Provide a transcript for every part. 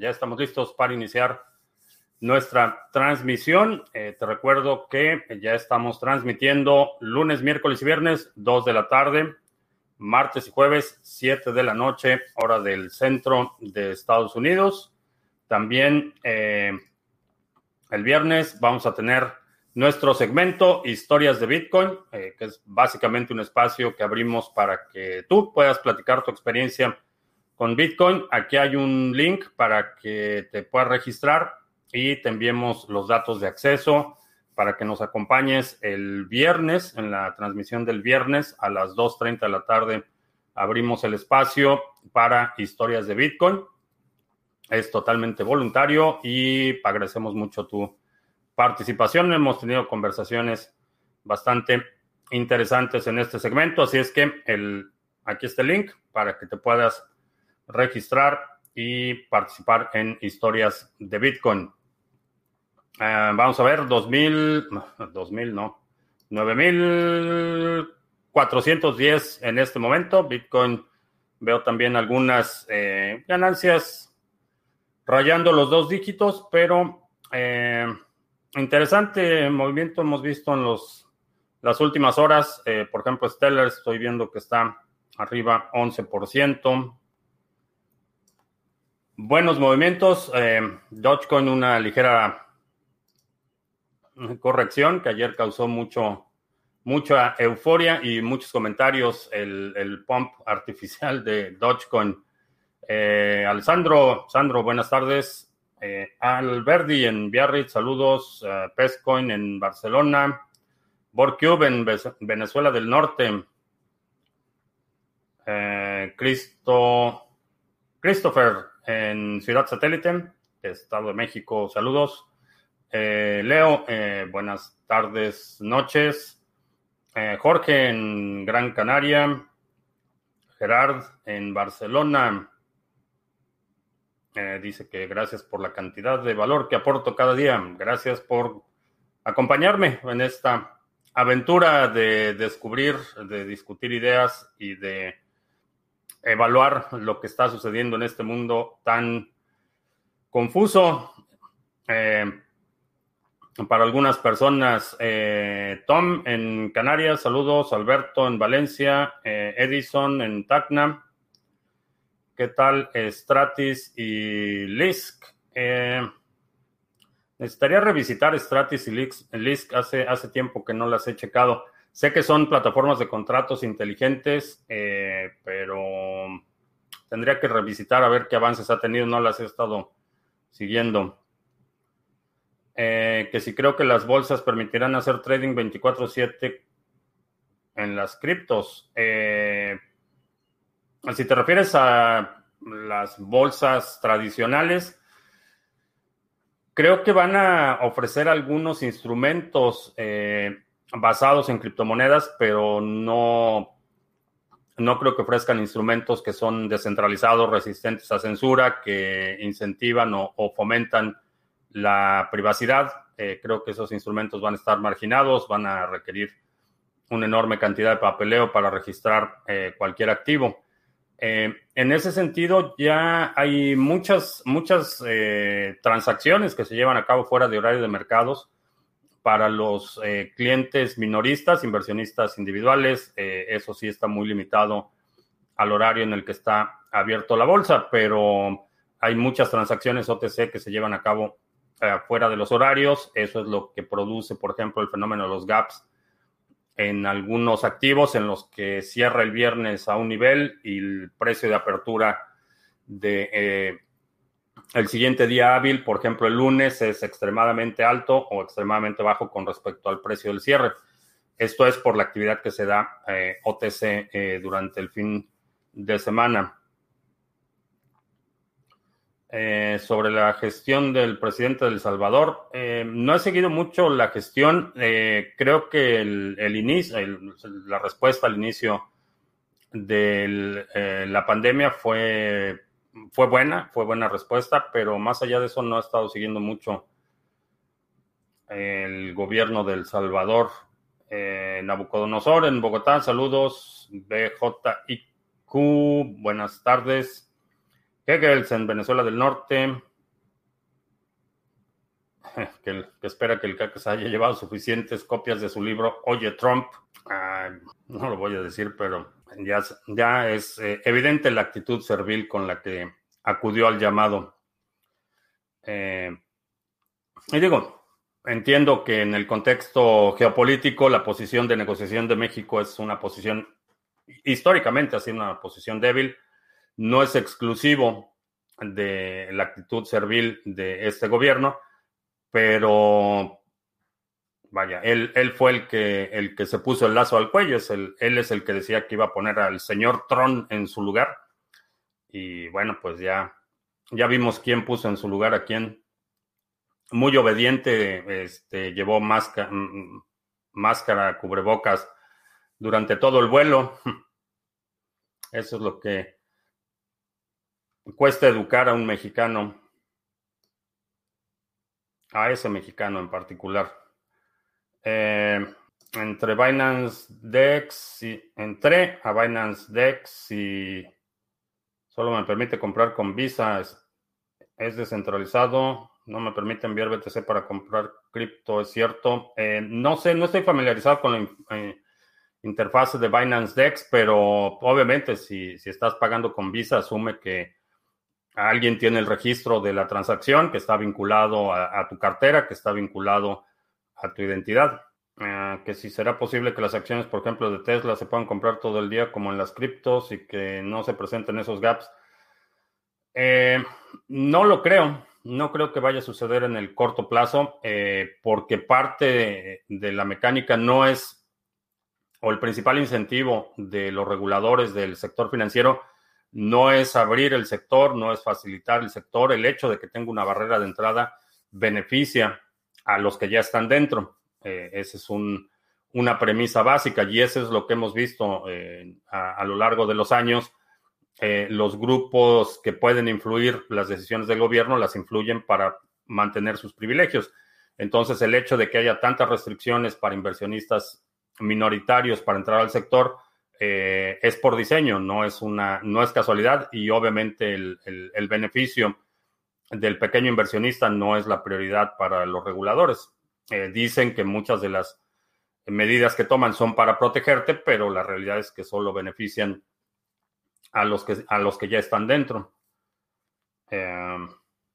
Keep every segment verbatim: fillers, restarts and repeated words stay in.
ya estamos listos para iniciar nuestra transmisión. Eh, te recuerdo que ya estamos transmitiendo lunes, miércoles y viernes, dos de la tarde, martes y jueves, siete de la noche, hora del centro de Estados Unidos. También eh, el viernes vamos a tener nuestro segmento Historias de Bitcoin, eh, que es básicamente un espacio que abrimos para que tú puedas platicar tu experiencia con Bitcoin. Aquí hay un link para que te puedas registrar y te enviemos los datos de acceso para que nos acompañes el viernes, en la transmisión del viernes a las dos treinta de la tarde. Abrimos el espacio para Historias de Bitcoin. Es totalmente voluntario y agradecemos mucho tu participación. Hemos tenido conversaciones bastante interesantes en este segmento, así es que el, aquí está el link para que te puedas registrar y participar en Historias de Bitcoin. Uh, vamos a ver, dos mil, dos mil no, nueve mil cuatrocientos diez en este momento. Bitcoin, veo también algunas eh, ganancias rayando los dos dígitos, pero eh, interesante movimiento hemos visto en los, las últimas horas. Eh, por ejemplo, Stellar estoy viendo que está arriba once por ciento. Buenos movimientos. Eh, Dogecoin una ligera corrección que ayer causó mucho, mucha euforia y muchos comentarios. El, el pump artificial de Dogecoin. Eh, Alessandro, Sandro, buenas tardes. Eh, Alberdi en Biarritz, saludos. Uh, Pescoin en Barcelona. Borcube en Venezuela del Norte. Eh, Cristo, Christopher en Ciudad Satélite, Estado de México, saludos. Eh, Leo, eh, buenas tardes, noches. Eh, Jorge en Gran Canaria. Gerard en Barcelona. Eh, dice que gracias por la cantidad de valor que aporto cada día. Gracias por acompañarme en esta aventura de descubrir, de discutir ideas y de evaluar lo que está sucediendo en este mundo tan confuso. Eh, para algunas personas, eh, Tom en Canarias, saludos. Alberto en Valencia, eh, Edison en Tacna. ¿Qué tal Stratis y Lisk? Eh, necesitaría revisitar Stratis y Lisk. Hace, hace tiempo que no las he checado. Sé que son plataformas de contratos inteligentes, eh, pero tendría que revisitar a ver qué avances ha tenido. No las he estado siguiendo. Eh, que si creo que las bolsas permitirán hacer trading veinticuatro siete en las criptos. Eh, Si te refieres a las bolsas tradicionales, creo que van a ofrecer algunos instrumentos eh, basados en criptomonedas, pero no, no creo que ofrezcan instrumentos que son descentralizados, resistentes a censura, que incentivan o, o fomentan la privacidad. Eh, creo que esos instrumentos van a estar marginados, van a requerir una enorme cantidad de papeleo para registrar eh, cualquier activo. Eh, en ese sentido, ya hay muchas, muchas eh, transacciones que se llevan a cabo fuera de horario de mercados para los eh, clientes minoristas, inversionistas individuales. Eh, eso sí está muy limitado al horario en el que está abierto la bolsa, pero hay muchas transacciones O T C que se llevan a cabo eh, fuera de los horarios. Eso es lo que produce, por ejemplo, el fenómeno de los gaps en algunos activos en los que cierra el viernes a un nivel y el precio de apertura de eh, el siguiente día hábil, por ejemplo, el lunes, es extremadamente alto o extremadamente bajo con respecto al precio del cierre. Esto es por la actividad que se da eh, O T C eh, durante el fin de semana. Eh, sobre la gestión del presidente de El Salvador, eh, no he seguido mucho la gestión. Eh, creo que el, el inicio, el, la respuesta al inicio de eh, la pandemia fue, fue buena, fue buena respuesta, pero más allá de eso no he estado siguiendo mucho el gobierno de El Salvador. Eh, Nabucodonosor en Bogotá, saludos. B J I Q, buenas tardes. Hegels en Venezuela del Norte. que, que espera que el C A C S haya llevado suficientes copias de su libro Oye Trump. Ah, no lo voy a decir, pero ya, ya es eh, evidente la actitud servil con la que acudió al llamado. Eh, y digo, entiendo que en el contexto geopolítico la posición de negociación de México es una posición, históricamente ha sido una posición débil, no es exclusivo de la actitud servil de este gobierno, pero vaya, él, él fue el que, el que se puso el lazo al cuello, es el, él es el que decía que iba a poner al señor Trump en su lugar, y bueno, pues ya, ya vimos quién puso en su lugar a quién. Muy obediente, este, llevó máscara, máscara, cubrebocas durante todo el vuelo. Eso es lo que cuesta educar a un mexicano, a ese mexicano en particular. Eh, entre Binance Dex y entré a Binance Dex y solo me permite comprar con Visa, es, es descentralizado, no me permite enviar B T C para comprar cripto, es cierto. Eh, no sé, no estoy familiarizado con la eh, interfaz de Binance Dex, pero obviamente si, si estás pagando con Visa, asume que alguien tiene el registro de la transacción, que está vinculado a, a tu cartera, que está vinculado a tu identidad. Uh, que si será posible que las acciones, por ejemplo, de Tesla se puedan comprar todo el día como en las criptos y que no se presenten esos gaps. Eh, no lo creo. No creo que vaya a suceder en el corto plazo, eh, porque parte de, de la mecánica no es, o el principal incentivo de los reguladores del sector financiero no es abrir el sector, no es facilitar el sector. El hecho de que tenga una barrera de entrada beneficia a los que ya están dentro. Eh, esa es un, una premisa básica y eso es lo que hemos visto eh, a, a lo largo de los años. Eh, los grupos que pueden influir las decisiones del gobierno las influyen para mantener sus privilegios. Entonces, el hecho de que haya tantas restricciones para inversionistas minoritarios para entrar al sector eh, es por diseño, no es, una, no es casualidad y obviamente el, el, el beneficio del pequeño inversionista no es la prioridad para los reguladores. Eh, dicen que muchas de las medidas que toman son para protegerte, pero la realidad es que solo benefician a los que, a los que ya están dentro. Eh,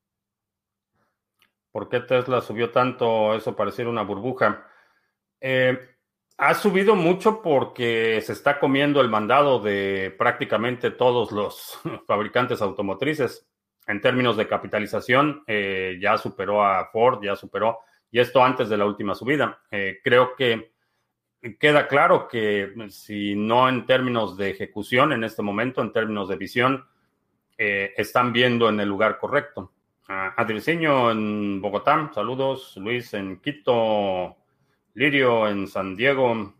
¿Por qué Tesla subió tanto? Eso pareciera una burbuja. Eh, ha subido mucho porque se está comiendo el mandado de prácticamente todos los fabricantes automotrices. En términos de capitalización, eh, ya superó a Ford, ya superó, y esto antes de la última subida. Eh, creo que queda claro que si no en términos de ejecución en este momento, en términos de visión, eh, están viendo en el lugar correcto. Uh, Adriceño en Bogotá, saludos. Luis en Quito, Lirio en San Diego,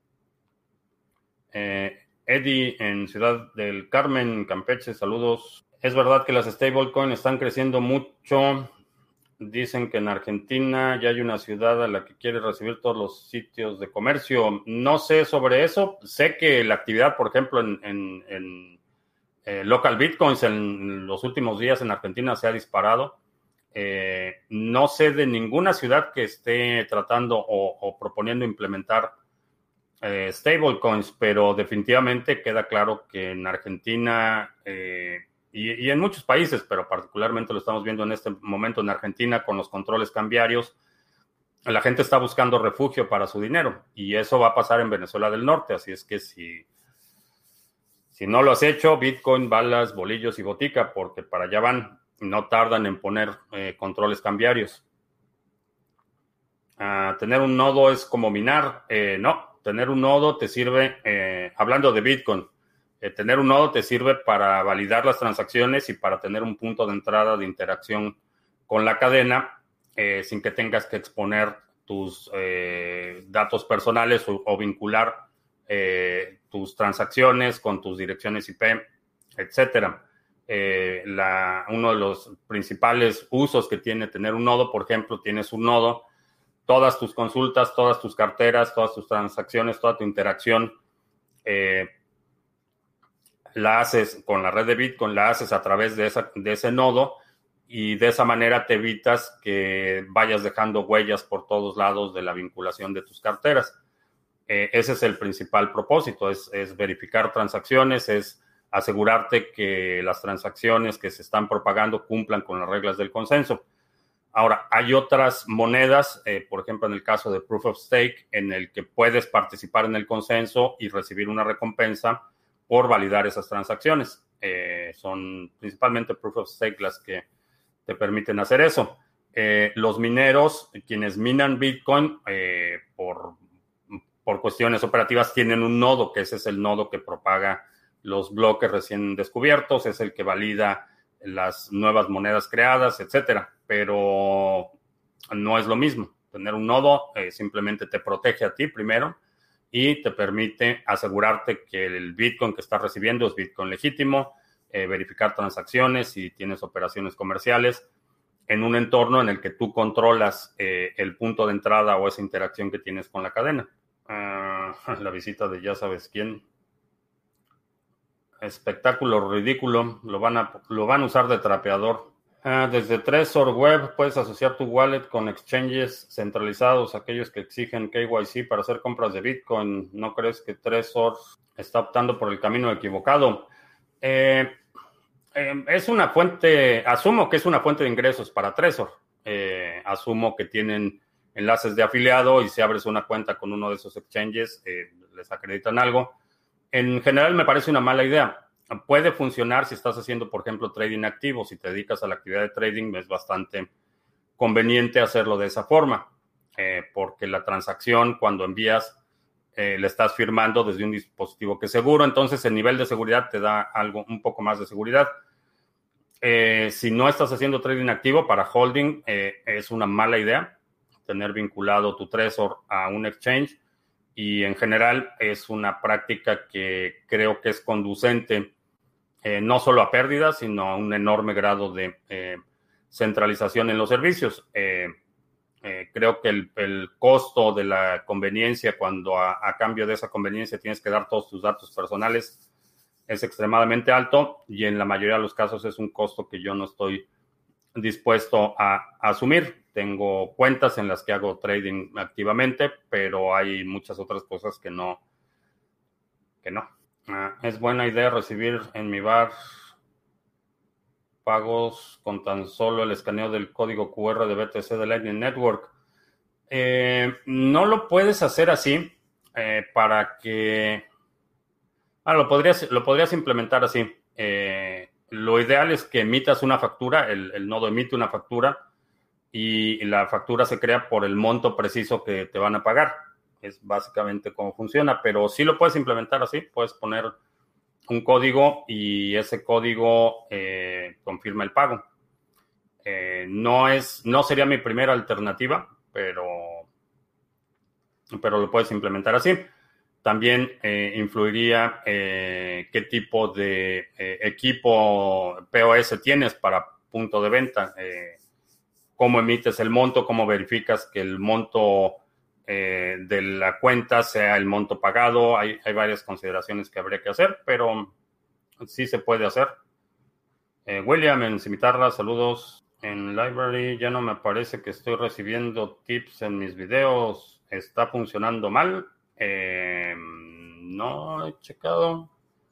eh, Eddie en Ciudad del Carmen, Campeche, saludos. Es verdad que las stablecoins están creciendo mucho. Dicen que en Argentina ya hay una ciudad a la que quiere recibir todos los sitios de comercio. No sé sobre eso. Sé que la actividad, por ejemplo, en, en, en eh, local bitcoins en los últimos días en Argentina se ha disparado. Eh, no sé de ninguna ciudad que esté tratando o, o proponiendo implementar eh, stablecoins, pero definitivamente queda claro que en Argentina... Eh, Y, y en muchos países, pero particularmente lo estamos viendo en este momento en Argentina con los controles cambiarios, la gente está buscando refugio para su dinero y eso va a pasar en Venezuela del Norte. Así es que si, si no lo has hecho, Bitcoin, balas, bolillos y botica, porque para allá van, no tardan en poner eh, controles cambiarios. Uh, tener un nodo es como minar. Eh, no, tener un nodo te sirve, eh, hablando de Bitcoin, Eh, tener un nodo te sirve para validar las transacciones y para tener un punto de entrada de interacción con la cadena eh, sin que tengas que exponer tus eh, datos personales o, o vincular eh, tus transacciones con tus direcciones I P, etcétera. Eh, la, uno de los principales usos que tiene tener un nodo, por ejemplo, tienes un nodo, todas tus consultas, todas tus carteras, todas tus transacciones, toda tu interacción, eh, la haces con la red de Bitcoin, la haces a través de, esa, de ese nodo y de esa manera te evitas que vayas dejando huellas por todos lados de la vinculación de tus carteras. Eh, ese es el principal propósito, es, es verificar transacciones, es asegurarte que las transacciones que se están propagando cumplan con las reglas del consenso. Ahora, hay otras monedas, eh, por ejemplo, en el caso de Proof of Stake, en el que puedes participar en el consenso y recibir una recompensa por validar esas transacciones. Eh, son principalmente Proof of Stake las que te permiten hacer eso. Eh, los mineros, quienes minan Bitcoin, eh, por, por cuestiones operativas, tienen un nodo, que ese es el nodo que propaga los bloques recién descubiertos, es el que valida las nuevas monedas creadas, etcétera. Pero no es lo mismo. Tener un nodo eh, simplemente te protege a ti primero y te permite asegurarte que el Bitcoin que estás recibiendo es Bitcoin legítimo, eh, verificar transacciones si tienes operaciones comerciales en un entorno en el que tú controlas eh, el punto de entrada o esa interacción que tienes con la cadena. Uh, la visita de ya sabes quién. Espectáculo ridículo. Lo van a, lo van a usar de trapeador. Uh, desde Trezor Web puedes asociar tu wallet con exchanges centralizados, aquellos que exigen K Y C para hacer compras de Bitcoin. ¿No crees que Trezor está optando por el camino equivocado? Eh, eh, es una fuente, asumo que es una fuente de ingresos para Trezor. Eh, asumo que tienen enlaces de afiliado y si abres una cuenta con uno de esos exchanges, eh, les acreditan algo. En general me parece una mala idea. Puede funcionar si estás haciendo, por ejemplo, trading activo. Si te dedicas a la actividad de trading, es bastante conveniente hacerlo de esa forma, eh, porque la transacción, cuando envías, eh, le estás firmando desde un dispositivo que es seguro. Entonces, el nivel de seguridad te da algo, un poco más de seguridad. Eh, si no estás haciendo trading activo para holding, eh, es una mala idea tener vinculado tu Trezor a un exchange. Y en general es una práctica que creo que es conducente eh, no solo a pérdidas, sino a un enorme grado de eh, centralización en los servicios. Eh, eh, creo que el, el, costo de la conveniencia, cuando a, a cambio de esa conveniencia tienes que dar todos tus datos personales, es extremadamente alto y en la mayoría de los casos es un costo que yo no estoy dispuesto a, a asumir. Tengo cuentas en las que hago trading activamente, pero hay muchas otras cosas que no, que no. Uh, es buena idea recibir en mi bar pagos con tan solo el escaneo del código Q R de B T C de Lightning Network. Eh, no lo puedes hacer así eh, para que... Ah, lo podrías, lo podrías implementar así. Eh, lo ideal es que emitas una factura, el, el nodo emite una factura y la factura se crea por el monto preciso que te van a pagar. Es básicamente cómo funciona, pero sí lo puedes implementar así. Puedes poner un código y ese código eh, confirma el pago. Eh, no es, no sería mi primera alternativa, pero, pero lo puedes implementar así. También eh, influiría eh, qué tipo de eh, equipo P O S tienes para punto de venta, eh, cómo emites el monto, cómo verificas que el monto eh, de la cuenta sea el monto pagado. Hay, hay varias consideraciones que habría que hacer, pero sí se puede hacer. Eh, William, en Cimitarra, saludos. En Library ya no me parece que estoy recibiendo tips en mis videos. ¿Está funcionando mal? Eh, no he checado.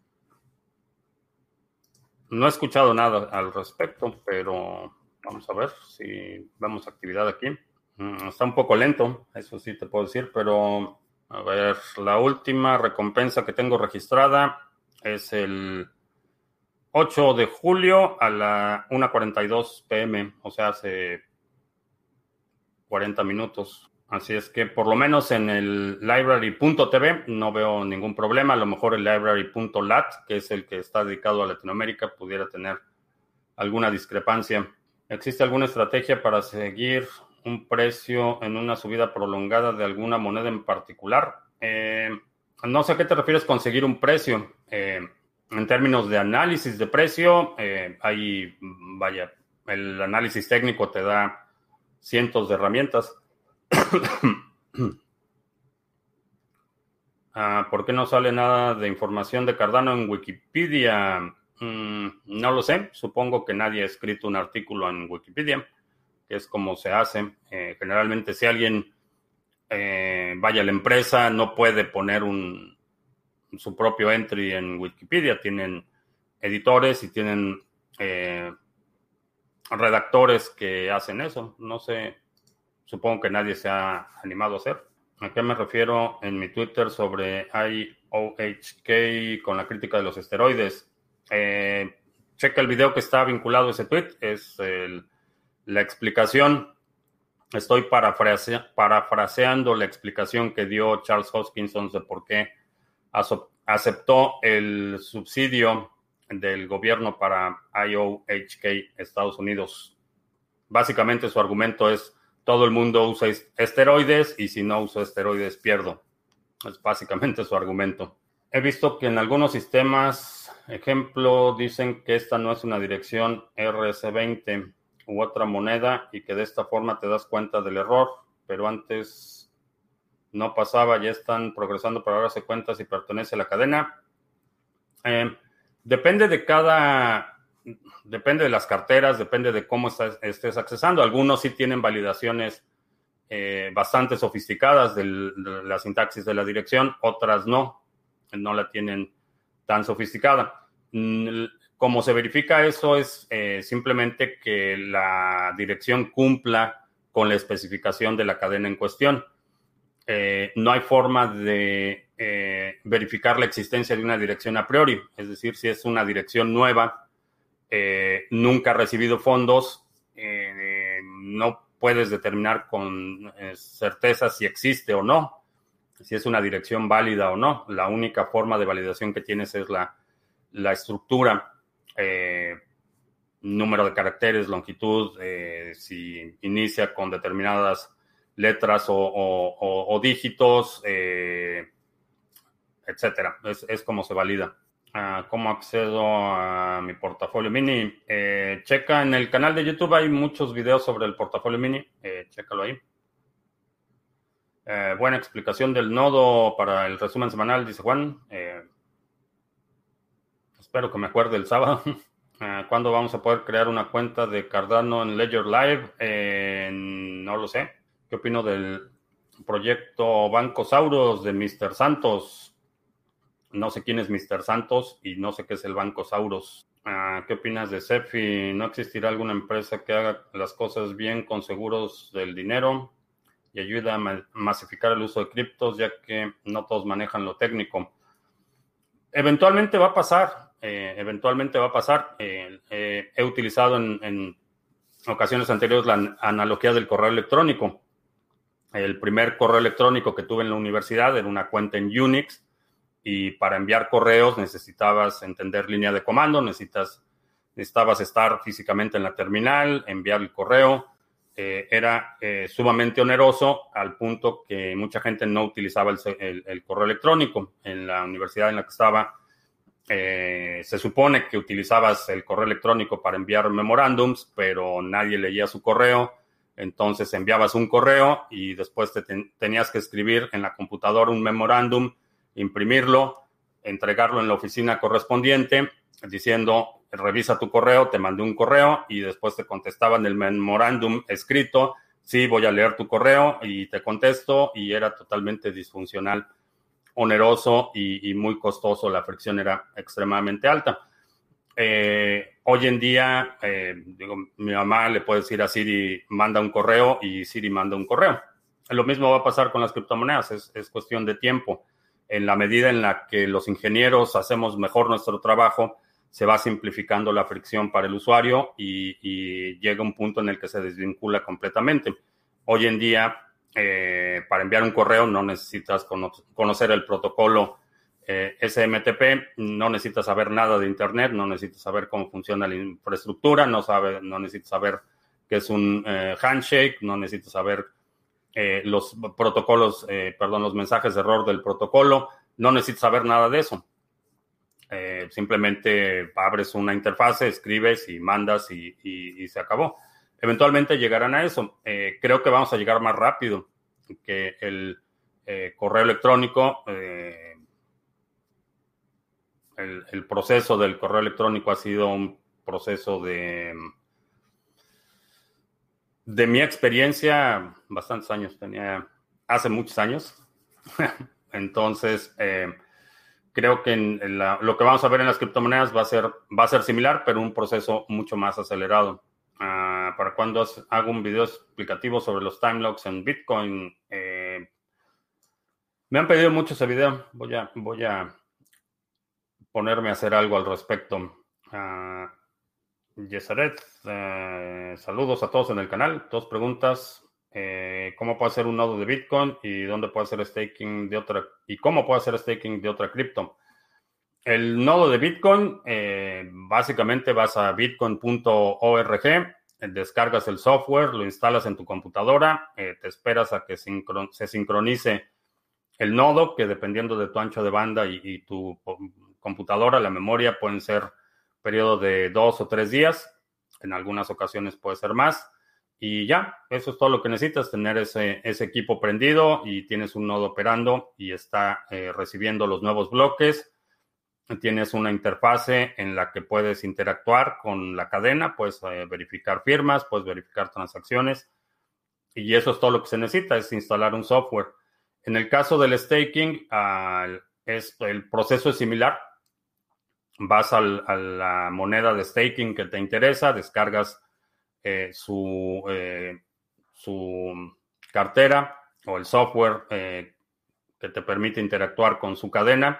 No he escuchado nada al respecto, pero vamos a ver si vemos actividad aquí. Mm, Está un poco lento, eso sí te puedo decir, pero a ver, la última recompensa que tengo registrada es el ocho de julio a la una cuarenta y dos p m, o sea, hace cuarenta minutos. Así es que por lo menos en el library punto t v no veo ningún problema. A lo mejor el library punto lat, que es el que está dedicado a Latinoamérica, pudiera tener alguna discrepancia. ¿Existe alguna estrategia para seguir un precio en una subida prolongada de alguna moneda en particular? Eh, no sé a qué te refieres con seguir un precio. Eh, en términos de análisis de precio, eh, hay, vaya, el análisis técnico te da cientos de herramientas. Ah, ¿por qué no sale nada de información de Cardano en Wikipedia? Mm, no lo sé. Supongo que nadie ha escrito un artículo en Wikipedia, que es como se hace. Eh, generalmente, si alguien eh, vaya a la empresa, no puede poner un, su propio entry en Wikipedia. Tienen editores y tienen eh, redactores que hacen eso. No sé, supongo que nadie se ha animado a hacer. ¿A qué me refiero en mi Twitter sobre I O H K con la crítica de los esteroides? Eh, checa el video que está vinculado a ese tweet. Es el- la explicación. Estoy parafrase- parafraseando la explicación que dio Charles Hoskinson de por qué aso- aceptó el subsidio del gobierno para I O H K Estados Unidos. Básicamente su argumento es: todo el mundo usa es- esteroides y si no uso esteroides pierdo. Es básicamente su argumento. He visto que en algunos sistemas, ejemplo, dicen que esta no es una dirección R S veinte u otra moneda y que de esta forma te das cuenta del error, pero antes no pasaba, ya están progresando para darse cuenta si pertenece a la cadena. Eh, depende de cada, depende de las carteras, depende de cómo estás, estés accesando. Algunos sí tienen validaciones eh, bastante sofisticadas del- de la sintaxis de la dirección, otras no, no la tienen tan sofisticada. Mm, Cómo se verifica eso es eh, simplemente que la dirección cumpla con la especificación de la cadena en cuestión. Eh, no hay forma de eh, verificar la existencia de una dirección a priori, es decir, si es una dirección nueva, eh, nunca ha recibido fondos, eh, no puedes determinar con eh, certeza si existe o no, si es una dirección válida o no. La única forma de validación que tienes es la, la estructura, eh, número de caracteres, longitud, eh, si inicia con determinadas letras o, o- o- o dígitos, eh, etcétera. Es, es como se valida. Ah, ¿cómo accedo a mi portafolio mini? Eh, checa en el canal de YouTube, hay muchos videos sobre el portafolio mini. Eh, chécalo ahí. Eh, buena explicación del nodo para el resumen semanal, dice Juan. Eh, espero que me acuerde el sábado. Ah, ¿cuándo vamos a poder crear una cuenta de Cardano en Ledger Live? Eh, no lo sé. ¿Qué opino del proyecto Bancosauros de míster Santos? No sé quién es míster Santos y no sé qué es el Bancosauros. Ah, ¿qué opinas de CeFi? ¿No existirá alguna empresa que haga las cosas bien con seguros del dinero y ayuda a ma- masificar el uso de criptos, ya que no todos manejan lo técnico? Eventualmente va a pasar, eh, eventualmente va a pasar. Eh, eh, he utilizado en, en ocasiones anteriores la an- analogía del correo electrónico. El primer correo electrónico que tuve en la universidad era una cuenta en Unix y para enviar correos necesitabas entender línea de comando, necesitas, necesitabas estar físicamente en la terminal, enviar el correo. Eh, era eh, sumamente oneroso al punto que mucha gente no utilizaba el, el- el correo electrónico. En la universidad en la que estaba, eh, se supone que utilizabas el correo electrónico para enviar memorándums, pero nadie leía su correo. Entonces enviabas un correo y después te ten- tenías que escribir en la computadora un memorándum, imprimirlo, entregarlo en la oficina correspondiente, diciendo: revisa tu correo, te mandé un correo, y después te contestaban el memorándum escrito: sí, voy a leer tu correo y te contesto, y era totalmente disfuncional, oneroso y, y muy costoso. La fricción era extremadamente alta. Eh, hoy en día, eh, digo, mi mamá le puede decir a Siri: manda un correo, y Siri manda un correo. Lo mismo va a pasar con las criptomonedas, es, es cuestión de tiempo. En la medida en la que los ingenieros hacemos mejor nuestro trabajo, se va simplificando la fricción para el usuario y, y llega un punto en el que se desvincula completamente. Hoy en día, eh, para enviar un correo no necesitas cono conocer el protocolo eh, S M T P, no necesitas saber nada de Internet, no necesitas saber cómo funciona la infraestructura, no, sabe, no necesitas saber qué es un eh, handshake, no necesitas saber eh, los protocolos, eh, perdón, los mensajes de error del protocolo, no necesitas saber nada de eso. Eh, simplemente abres una interfase, escribes y mandas y, y, y se acabó. Eventualmente llegarán a eso. Eh, creo que vamos a llegar más rápido que el eh, correo electrónico. Eh, el, el proceso del correo electrónico ha sido un proceso de, de mi experiencia, bastantes años, tenía hace muchos años. Entonces, eh, creo que en, en la, lo que vamos a ver en las criptomonedas va a ser, va a ser similar, pero un proceso mucho más acelerado. Uh, ¿Para cuando hago un video explicativo sobre los time locks en Bitcoin? Eh, me han pedido mucho ese video. Voy a, voy a ponerme a hacer algo al respecto. Uh, Yesaret, eh, saludos a todos en el canal. Dos preguntas. Eh, ¿Cómo puedo hacer un nodo de Bitcoin y dónde puedo hacer staking de otra? ¿Y cómo puedo hacer staking de otra cripto? El nodo de Bitcoin, eh, básicamente vas a bitcoin punto org, descargas el software, lo instalas en tu computadora, eh, te esperas a que sincron se sincronice el nodo, que dependiendo de tu ancho de banda y, y tu computadora, la memoria pueden ser periodo de dos o tres días, en algunas ocasiones puede ser más, y ya, eso es todo lo que necesitas, tener ese, ese equipo prendido y tienes un nodo operando y está eh, recibiendo los nuevos bloques. Tienes una interfase en la que puedes interactuar con la cadena, puedes eh, verificar firmas, puedes verificar transacciones, y eso es todo lo que se necesita, es instalar un software. En el caso del staking, uh, es, el proceso es similar. Vas al, a la moneda de staking que te interesa, descargas eh, su, eh, su cartera o el software eh, que te permite interactuar con su cadena,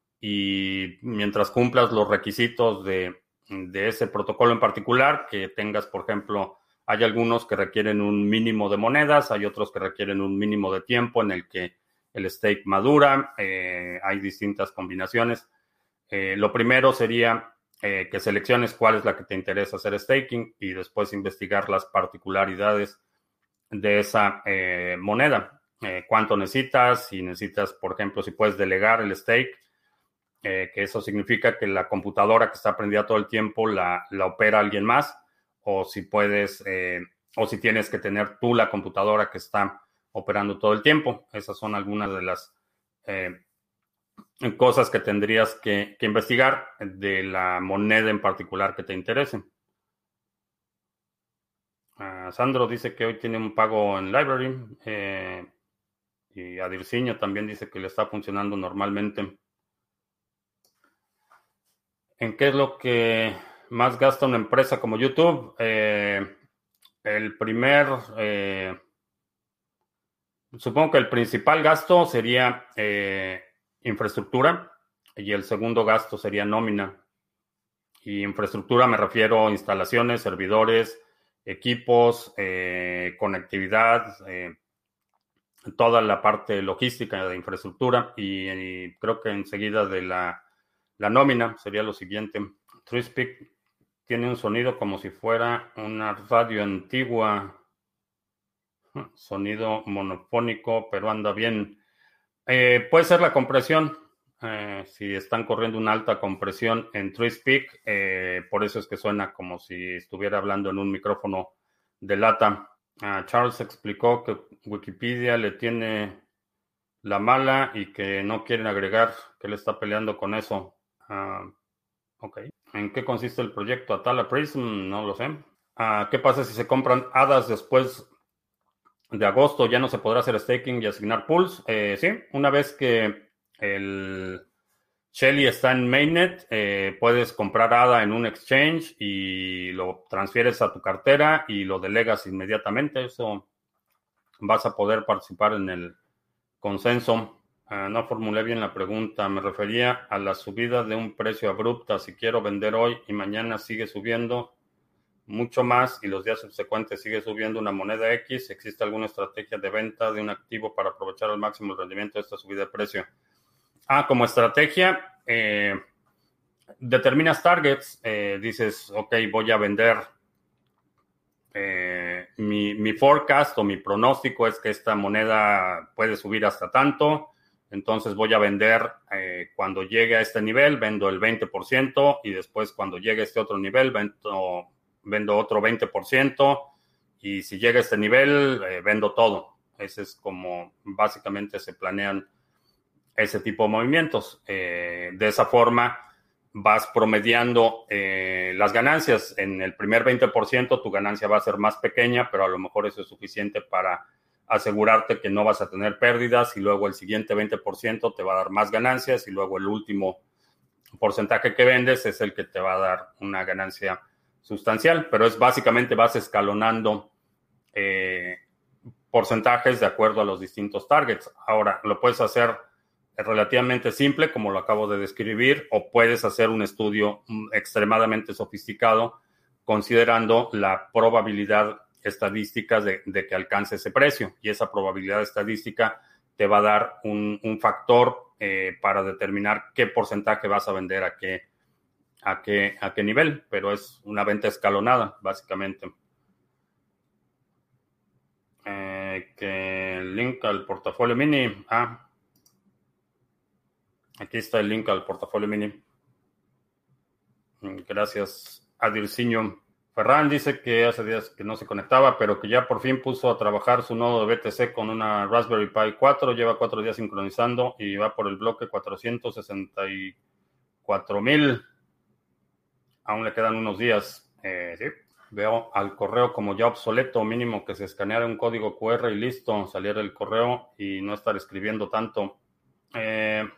y mientras cumplas los requisitos de, de ese protocolo en particular, que tengas, por ejemplo, hay algunos que requieren un mínimo de monedas, hay otros que requieren un mínimo de tiempo en el que el stake madura, eh, hay distintas combinaciones. Eh, lo primero sería eh, que selecciones cuál es la que te interesa hacer staking y después investigar las particularidades de esa eh, moneda. Eh, cuánto necesitas, si necesitas, por ejemplo, si puedes delegar el stake, eh, que eso significa que la computadora que está prendida todo el tiempo la, la opera alguien más, o si puedes, eh, o si tienes que tener tú la computadora que está operando todo el tiempo. Esas son algunas de las eh, cosas que tendrías que, que investigar de la moneda en particular que te interese. Uh, Sandro dice que hoy tiene un pago en Library, eh, y Adirciño también dice que le está funcionando normalmente. ¿En qué es lo que más gasta una empresa como YouTube? Eh, el primer, eh, supongo que el principal gasto sería eh, infraestructura, y el segundo gasto sería nómina. Y infraestructura me refiero a instalaciones, servidores, equipos, eh, conectividad, eh, toda la parte logística de infraestructura, y, y creo que enseguida de la, la nómina sería lo siguiente. TrueSpeak tiene un sonido como si fuera una radio antigua, sonido monofónico, pero anda bien. Eh, puede ser la compresión. Eh, si están corriendo una alta compresión en TrueSpeak, eh, por eso es que suena como si estuviera hablando en un micrófono de lata. Uh, Charles explicó que Wikipedia le tiene la mala y que no quieren agregar, que le está peleando con eso. Uh, ok. ¿En qué consiste el proyecto Atala Prism? No lo sé. Uh, ¿Qué pasa si se compran hadas después de agosto? ¿Ya no se podrá hacer staking y asignar pools? Eh, sí, una vez que el Shelly está en Mainnet, eh, puedes comprar A D A en un exchange y lo transfieres a tu cartera y lo delegas inmediatamente. Eso vas a poder participar en el consenso. Uh, no formulé bien la pregunta. Me refería a la subida de un precio abrupta. Si quiero vender hoy y mañana sigue subiendo mucho más y los días subsecuentes sigue subiendo una moneda X, ¿existe alguna estrategia de venta de un activo para aprovechar al máximo el rendimiento de esta subida de precio? Ah, como estrategia, eh, determinas targets, eh, dices, ok, voy a vender, eh, mi, mi forecast o mi pronóstico es que esta moneda puede subir hasta tanto, entonces voy a vender eh, cuando llegue a este nivel, vendo el veinte por ciento y después cuando llegue a este otro nivel, vendo, vendo otro veinte por ciento y si llega a este nivel, eh, vendo todo. Ese es como básicamente se planean ese tipo de movimientos. Eh, de esa forma, vas promediando eh, las ganancias. En el primer veinte por ciento tu ganancia va a ser más pequeña, pero a lo mejor eso es suficiente para asegurarte que no vas a tener pérdidas, y luego el siguiente veinte por ciento te va a dar más ganancias, y luego el último porcentaje que vendes es el que te va a dar una ganancia sustancial, pero es básicamente vas escalonando eh, porcentajes de acuerdo a los distintos targets. Ahora, lo puedes hacer relativamente simple, como lo acabo de describir, o puedes hacer un estudio extremadamente sofisticado, considerando la probabilidad estadística de, de que alcance ese precio. Y esa probabilidad estadística te va a dar un, un factor eh, para determinar qué porcentaje vas a vender a qué, a qué, a qué nivel, pero es una venta escalonada, básicamente. Eh, que el link al portafolio mini. Ah, aquí está el link al portafolio mini. Gracias, Adirciño. Ferran dice que hace días que no se conectaba, pero que ya por fin puso a trabajar su nodo de B T C con una Raspberry Pi cuatro. Lleva cuatro días sincronizando y va por el bloque cuatrocientos sesenta y cuatro mil. Aún le quedan unos días. Eh, sí. Veo al correo como ya obsoleto, mínimo que se escaneara un código Q R y listo, saliera el correo y no estar escribiendo tanto. Eh,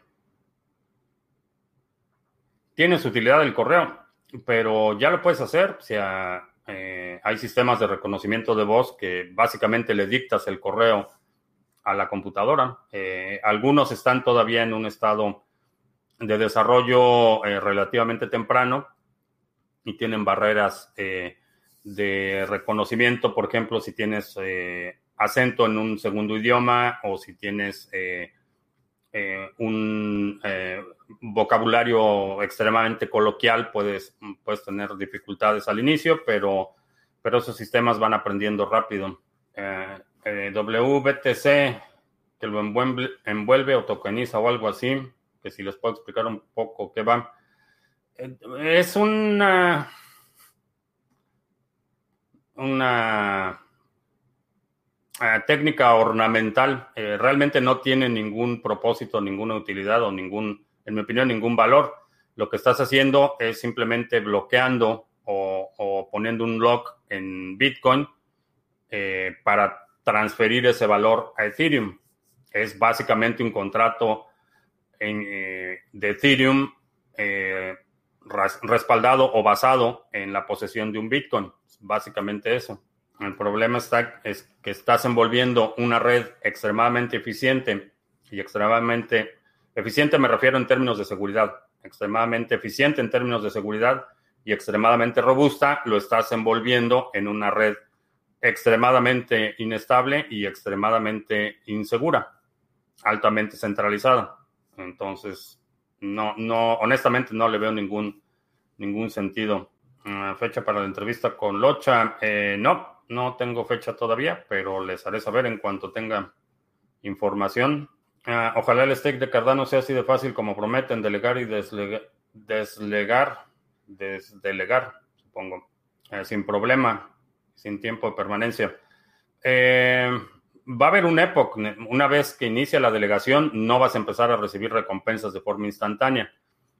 tiene su utilidad el correo, pero ya lo puedes hacer. O sea, eh, hay sistemas de reconocimiento de voz que básicamente le dictas el correo a la computadora. Eh, algunos están todavía en un estado de desarrollo eh, relativamente temprano y tienen barreras eh, de reconocimiento. Por ejemplo, si tienes eh, acento en un segundo idioma, o si tienes eh, eh, un eh, vocabulario extremadamente coloquial, puedes, puedes tener dificultades al inicio, pero, pero esos sistemas van aprendiendo rápido. Eh, eh, W B T C, que lo envuelve, envuelve o tokeniza o algo así, que si les puedo explicar un poco qué va. Eh, es una... una uh, técnica ornamental. Eh, realmente no tiene ningún propósito, ninguna utilidad o ningún, en mi opinión, ningún valor. Lo que estás haciendo es simplemente bloqueando o, o poniendo un lock en Bitcoin eh, para transferir ese valor a Ethereum. Es básicamente un contrato en, eh, de Ethereum eh, ras, respaldado o basado en la posesión de un Bitcoin. Básicamente eso. El problema está es que estás envolviendo una red extremadamente eficiente, y extremadamente eficiente me refiero en términos de seguridad, extremadamente eficiente en términos de seguridad y extremadamente robusta. Lo estás envolviendo en una red extremadamente inestable y extremadamente insegura, altamente centralizada. Entonces, no, no, honestamente no le veo ningún, ningún sentido. Uh, fecha para la entrevista con Locha, eh, no, no tengo fecha todavía, pero les haré saber en cuanto tenga información. Uh, ojalá el stake de Cardano sea así de fácil como prometen, delegar y deslega, deslegar, desdelegar, supongo, eh, sin problema, sin tiempo de permanencia. Eh, va a haber un epoch. Una vez que inicia la delegación, no vas a empezar a recibir recompensas de forma instantánea.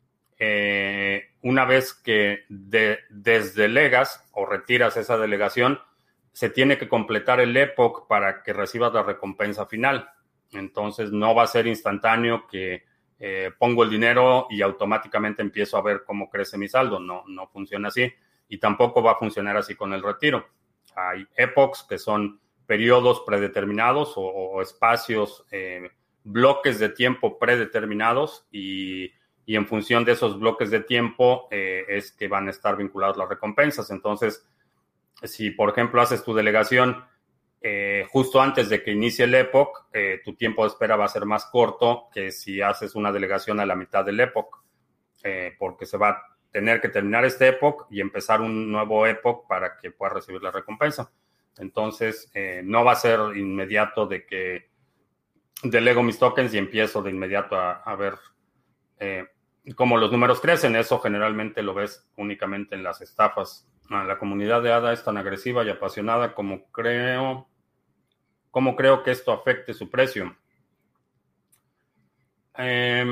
Eh, una vez que de, desdelegas o retiras esa delegación, se tiene que completar el epoch para que recibas la recompensa final. Entonces no va a ser instantáneo que eh, pongo el dinero y automáticamente empiezo a ver cómo crece mi saldo. No, no funciona así, y tampoco va a funcionar así con el retiro. Hay epochs que son periodos predeterminados o, o espacios, eh, bloques de tiempo predeterminados, y y en función de esos bloques de tiempo eh, es que van a estar vinculadas las recompensas. Entonces, si por ejemplo haces tu delegación eh, justo antes de que inicie el epoch, eh, tu tiempo de espera va a ser más corto que si haces una delegación a la mitad del epoch, eh, porque se va a tener que terminar este epoch y empezar un nuevo epoch para que puedas recibir la recompensa. Entonces, eh, no va a ser inmediato de que delego mis tokens y empiezo de inmediato a, a ver eh, cómo los números crecen. Eso generalmente lo ves únicamente en las estafas. Ah, la comunidad de A D A es tan agresiva y apasionada como creo, como creo que esto afecte su precio. Eh,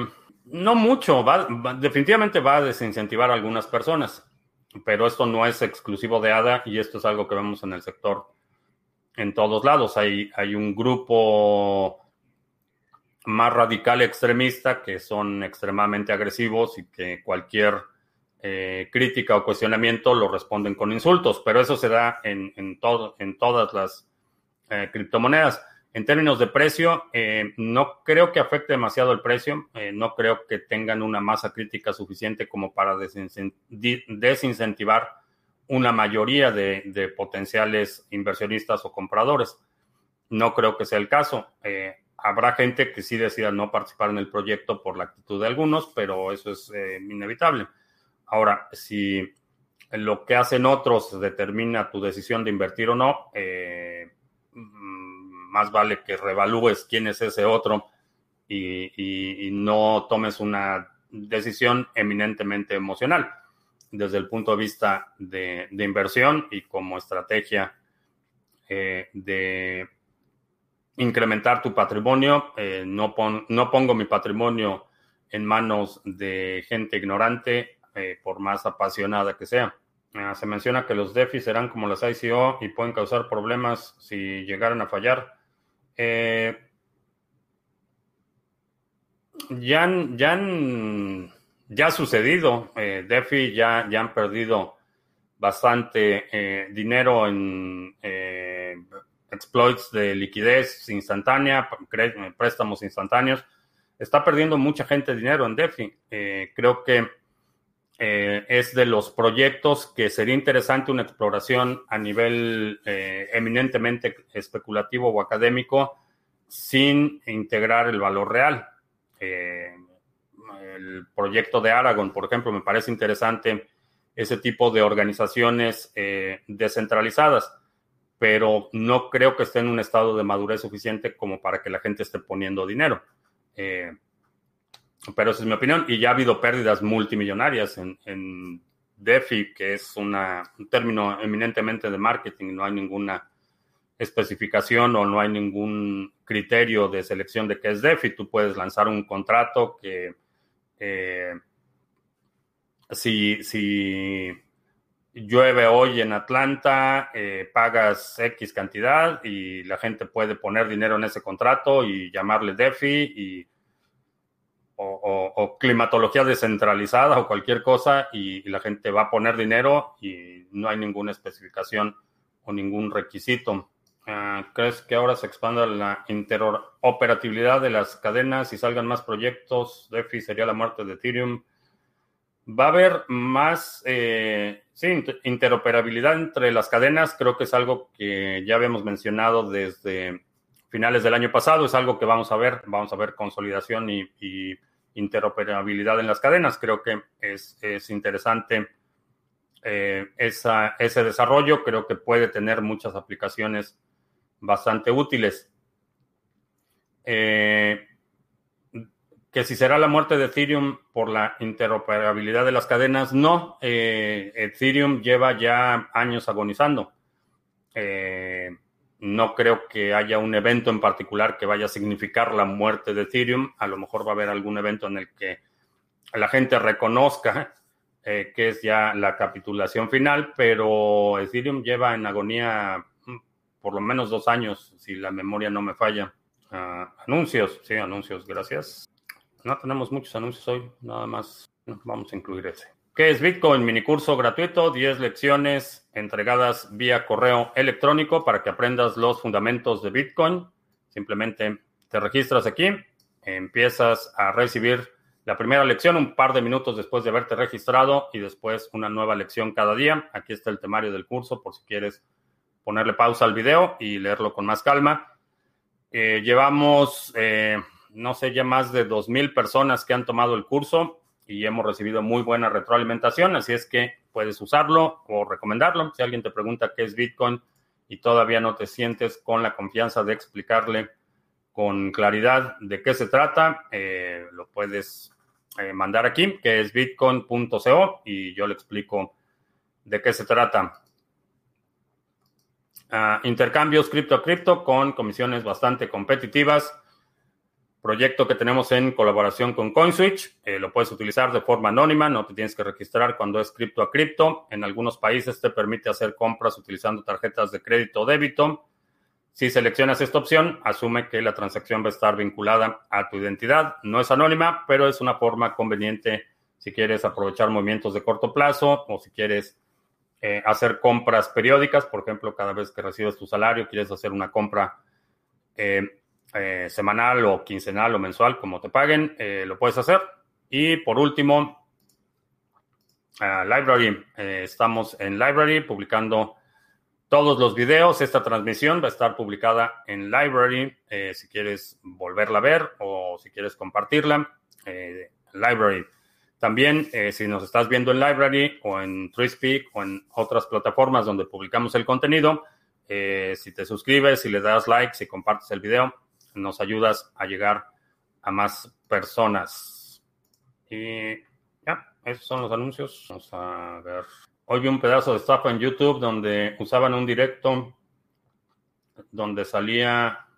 No mucho, va, va- definitivamente va a desincentivar a algunas personas, pero esto no es exclusivo de A D A y esto es algo que vemos en el sector en todos lados. Hay, hay un grupo más radical extremista que son extremadamente agresivos y que cualquier eh, crítica o cuestionamiento lo responden con insultos, pero eso se da en, en, todo, en todas las eh, criptomonedas. En términos de precio, eh, no creo que afecte demasiado el precio, eh, no creo que tengan una masa crítica suficiente como para desincen- di- desincentivar una mayoría de, de potenciales inversionistas o compradores. No creo que sea el caso. Eh, habrá gente que sí decida no participar en el proyecto por la actitud de algunos, pero eso es eh, inevitable. Ahora, si lo que hacen otros determina tu decisión de invertir o no, eh, mm, más vale que revalúes quién es ese otro y, y- y no tomes una decisión eminentemente emocional. Desde el punto de vista de, de inversión y como estrategia eh, de incrementar tu patrimonio, eh, no, pon- no pongo mi patrimonio en manos de gente ignorante, eh, por más apasionada que sea. Ah, se menciona que los DeFi serán como las I C O y pueden causar problemas si llegaran a fallar. Eh, ya, han- ya, han- ya ha sucedido. Eh, DeFi ya, ya han perdido bastante eh, dinero en eh, exploits de liquidez instantánea, cre- préstamos instantáneos. Está perdiendo mucha gente dinero en DeFi. Eh, creo que eh, es de los proyectos que sería interesante una exploración a nivel eh, eminentemente especulativo o académico sin integrar el valor real. Eh, el proyecto de Aragon, por ejemplo, me parece interesante ese tipo de organizaciones eh, descentralizadas, pero no creo que esté en un estado de madurez suficiente como para que la gente esté poniendo dinero. Eh, pero esa es mi opinión. Y ya ha habido pérdidas multimillonarias en, en DeFi, que es una, un término eminentemente de marketing. No hay ninguna especificación o no hay ningún criterio de selección de qué es DeFi. Tú puedes lanzar un contrato que eh, si, si llueve hoy en Atlanta, eh, pagas X cantidad y la gente puede poner dinero en ese contrato y llamarle DeFi y o, o, o climatología descentralizada o cualquier cosa y, y la gente va a poner dinero y no hay ninguna especificación o ningún requisito. Uh, ¿Crees que ahora se expanda la interoperabilidad de las cadenas y salgan más proyectos? DeFi sería la muerte de Ethereum. Va a haber más, eh, sí, interoperabilidad entre las cadenas. Creo que es algo que ya habíamos mencionado desde finales del año pasado. Es algo que vamos a ver. Vamos a ver consolidación y, y interoperabilidad en las cadenas. Creo que es, es interesante eh, esa, ese desarrollo. Creo que puede tener muchas aplicaciones bastante útiles. Eh, que si será la muerte de Ethereum por la interoperabilidad de las cadenas, no. Eh, Ethereum lleva ya años agonizando. Eh, no creo que haya un evento en particular que vaya a significar la muerte de Ethereum. A lo mejor va a haber algún evento en el que la gente reconozca eh, que es ya la capitulación final, pero Ethereum lleva en agonía mm, por lo menos dos años, si la memoria no me falla. Uh, anuncios, sí, anuncios, gracias. No tenemos muchos anuncios hoy, nada más no, vamos a incluir ese. ¿Qué es Bitcoin? Minicurso gratuito, diez lecciones entregadas vía correo electrónico para que aprendas los fundamentos de Bitcoin. Simplemente te registras aquí, empiezas a recibir la primera lección un par de minutos después de haberte registrado y después una nueva lección cada día. Aquí está el temario del curso por si quieres ponerle pausa al video y leerlo con más calma. Eh, llevamos... Eh, no sé, ya más de dos mil personas que han tomado el curso y hemos recibido muy buena retroalimentación, así es que puedes usarlo o recomendarlo. Si alguien te pregunta qué es Bitcoin y todavía no te sientes con la confianza de explicarle con claridad de qué se trata, eh, lo puedes eh, mandar aquí, que es bitcoin punto co, y yo le explico de qué se trata. Uh, intercambios cripto a cripto con comisiones bastante competitivas. proyecto que tenemos en colaboración con CoinSwitch. Eh, lo puedes utilizar de forma anónima, no te tienes que registrar cuando es cripto a cripto. En algunos países te permite hacer compras utilizando tarjetas de crédito o débito. Si seleccionas esta opción, asume que la transacción va a estar vinculada a tu identidad. No es anónima, pero es una forma conveniente si quieres aprovechar movimientos de corto plazo o si quieres eh, hacer compras periódicas. Por ejemplo, cada vez que recibes tu salario, quieres hacer una compra eh, eh, semanal o quincenal o mensual, como te paguen, eh, lo puedes hacer. Y por último, uh, Library. Eh, estamos en Library publicando todos los videos. Esta transmisión va a estar publicada en Library. Eh, si quieres volverla a ver o si quieres compartirla, eh, Library. También, eh, si nos estás viendo en Library o en TreeSpeak o en otras plataformas donde publicamos el contenido, eh, si te suscribes, si le das like, si compartes el video, nos ayudas a llegar a más personas. Y ya, esos son los anuncios. Vamos a ver. Hoy vi un pedazo de estafa en YouTube donde usaban un directo donde salía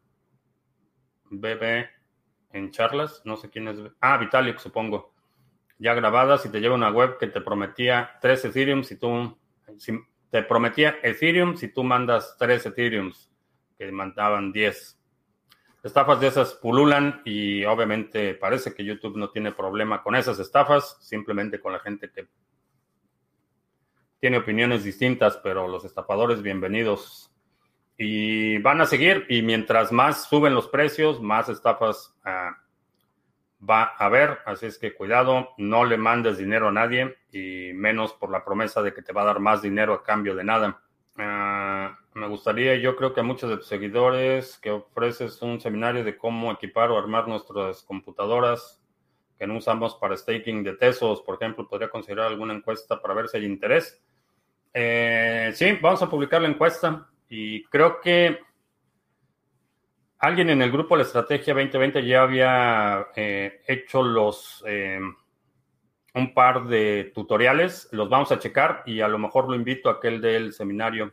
B B en charlas. No sé quién es. Ah, Vitalik, supongo. Ya grabadas y te lleva una web que te prometía tres Ethereum si tú... Si, te prometía Ethereum si tú mandas tres Ethereum, que mandaban diez. Estafas de esas pululan y obviamente parece que YouTube no tiene problema con esas estafas, simplemente con la gente que tiene opiniones distintas, pero los estafadores bienvenidos. Y van a seguir y mientras más suben los precios, más estafas uh, va a haber. Así es que cuidado, no le mandes dinero a nadie y menos por la promesa de que te va a dar más dinero a cambio de nada. Uh, me gustaría, yo creo que a muchos de tus seguidores que ofreces un seminario de cómo equipar o armar nuestras computadoras que no usamos para staking de Tesos, por ejemplo, podría considerar alguna encuesta para ver si hay interés. Eh, sí, vamos a publicar la encuesta y creo que alguien en el grupo de la Estrategia veinte veinte ya había eh, hecho los eh, un par de tutoriales, los vamos a checar y a lo mejor lo invito a aquel del seminario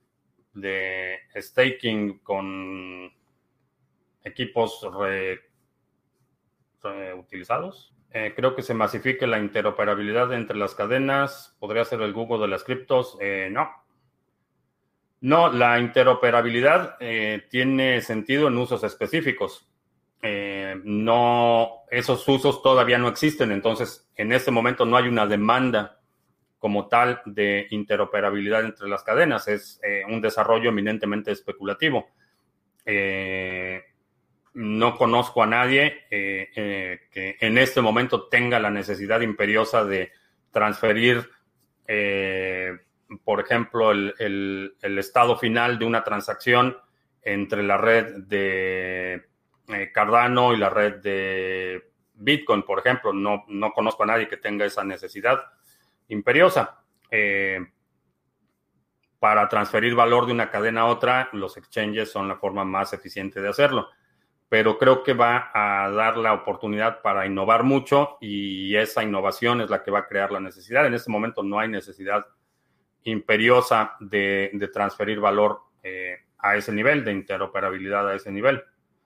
de staking con equipos re, reutilizados. Eh, creo que se masifique la interoperabilidad entre las cadenas. ¿Podría ser el Google de las criptos? Eh, no. No, la interoperabilidad eh, tiene sentido en usos específicos. Eh, no, esos usos todavía no existen, entonces en este momento no hay una demanda como tal de interoperabilidad entre las cadenas. Es eh, un desarrollo eminentemente especulativo. Eh, no conozco a nadie eh, eh, que en este momento tenga la necesidad imperiosa de transferir, eh, por ejemplo, el, el, el estado final de una transacción entre la red de eh, Cardano y la red de Bitcoin, por ejemplo. No, no conozco a nadie que tenga esa necesidad imperiosa. Eh, para transferir valor de una cadena a otra, los exchanges son la forma más eficiente de hacerlo. Pero creo que va a dar la oportunidad para innovar mucho y esa innovación es la que va a crear la necesidad. En este momento no hay necesidad imperiosa de, de transferir valor eh, a ese nivel, de interoperabilidad a ese nivel.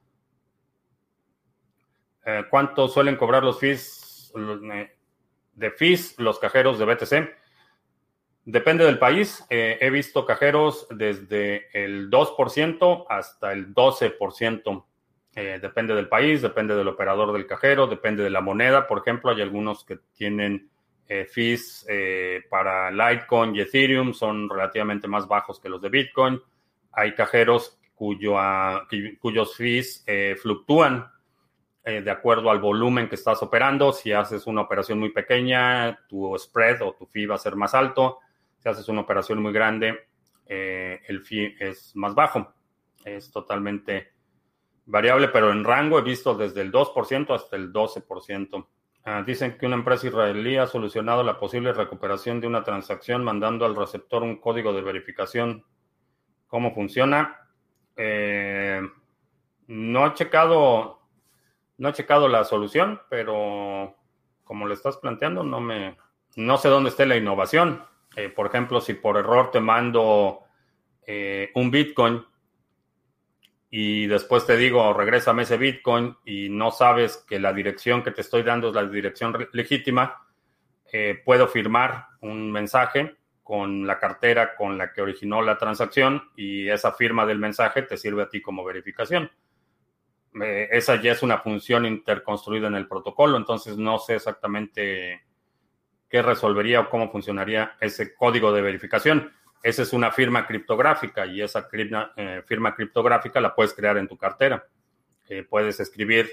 Eh, ¿Cuánto suelen cobrar los fees eh, de fees los cajeros de B T C? Depende del país. Eh, he visto cajeros desde el dos por ciento hasta el doce por ciento. Eh, depende del país, depende del operador del cajero, depende de la moneda. Por ejemplo, hay algunos que tienen eh, fees eh, para Litecoin y Ethereum, son relativamente más bajos que los de Bitcoin. Hay cajeros cuyo, uh, cuyos fees eh, fluctúan eh, de acuerdo al volumen que estás operando. Si haces una operación muy pequeña, tu spread o tu fee va a ser más alto. Si haces una operación muy grande, eh, el fee es más bajo. Es totalmente variable, pero en rango he visto desde el dos por ciento hasta el doce por ciento. Uh, dicen que una empresa israelí ha solucionado la posible recuperación de una transacción mandando al receptor un código de verificación. ¿Cómo funciona? Eh, no he checado, no he checado la solución, pero como le estás planteando, no me, no sé dónde esté la innovación. Eh, por ejemplo, si por error te mando eh, un Bitcoin y después te digo, regrésame ese Bitcoin y no sabes que la dirección que te estoy dando es la dirección legítima, eh, puedo firmar un mensaje con la cartera con la que originó la transacción y esa firma del mensaje te sirve a ti como verificación. Eh, esa ya es una función interconstruida en el protocolo, entonces no sé exactamente qué resolvería o cómo funcionaría ese código de verificación. Esa es una firma criptográfica y esa firma, eh, firma criptográfica la puedes crear en tu cartera. Eh, puedes escribir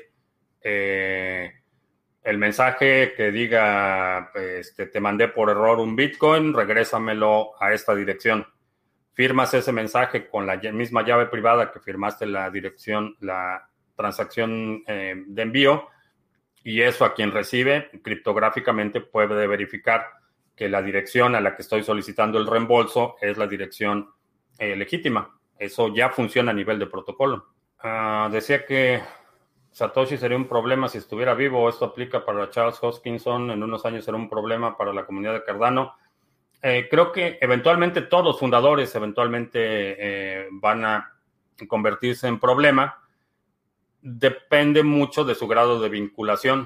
eh, el mensaje que diga, este, te mandé por error un Bitcoin, regrésamelo a esta dirección. Firmas ese mensaje con la misma llave privada que firmaste la dirección, la transacción eh, de envío, y eso a quien recibe criptográficamente puede verificar que la dirección a la que estoy solicitando el reembolso es la dirección eh, legítima. Eso ya funciona a nivel de protocolo. Uh, decía que Satoshi sería un problema si estuviera vivo. Esto aplica para Charles Hoskinson. En unos años será un problema para la comunidad de Cardano. Eh, creo que eventualmente todos los fundadores eventualmente eh, van a convertirse en problema. Depende mucho de su grado de vinculación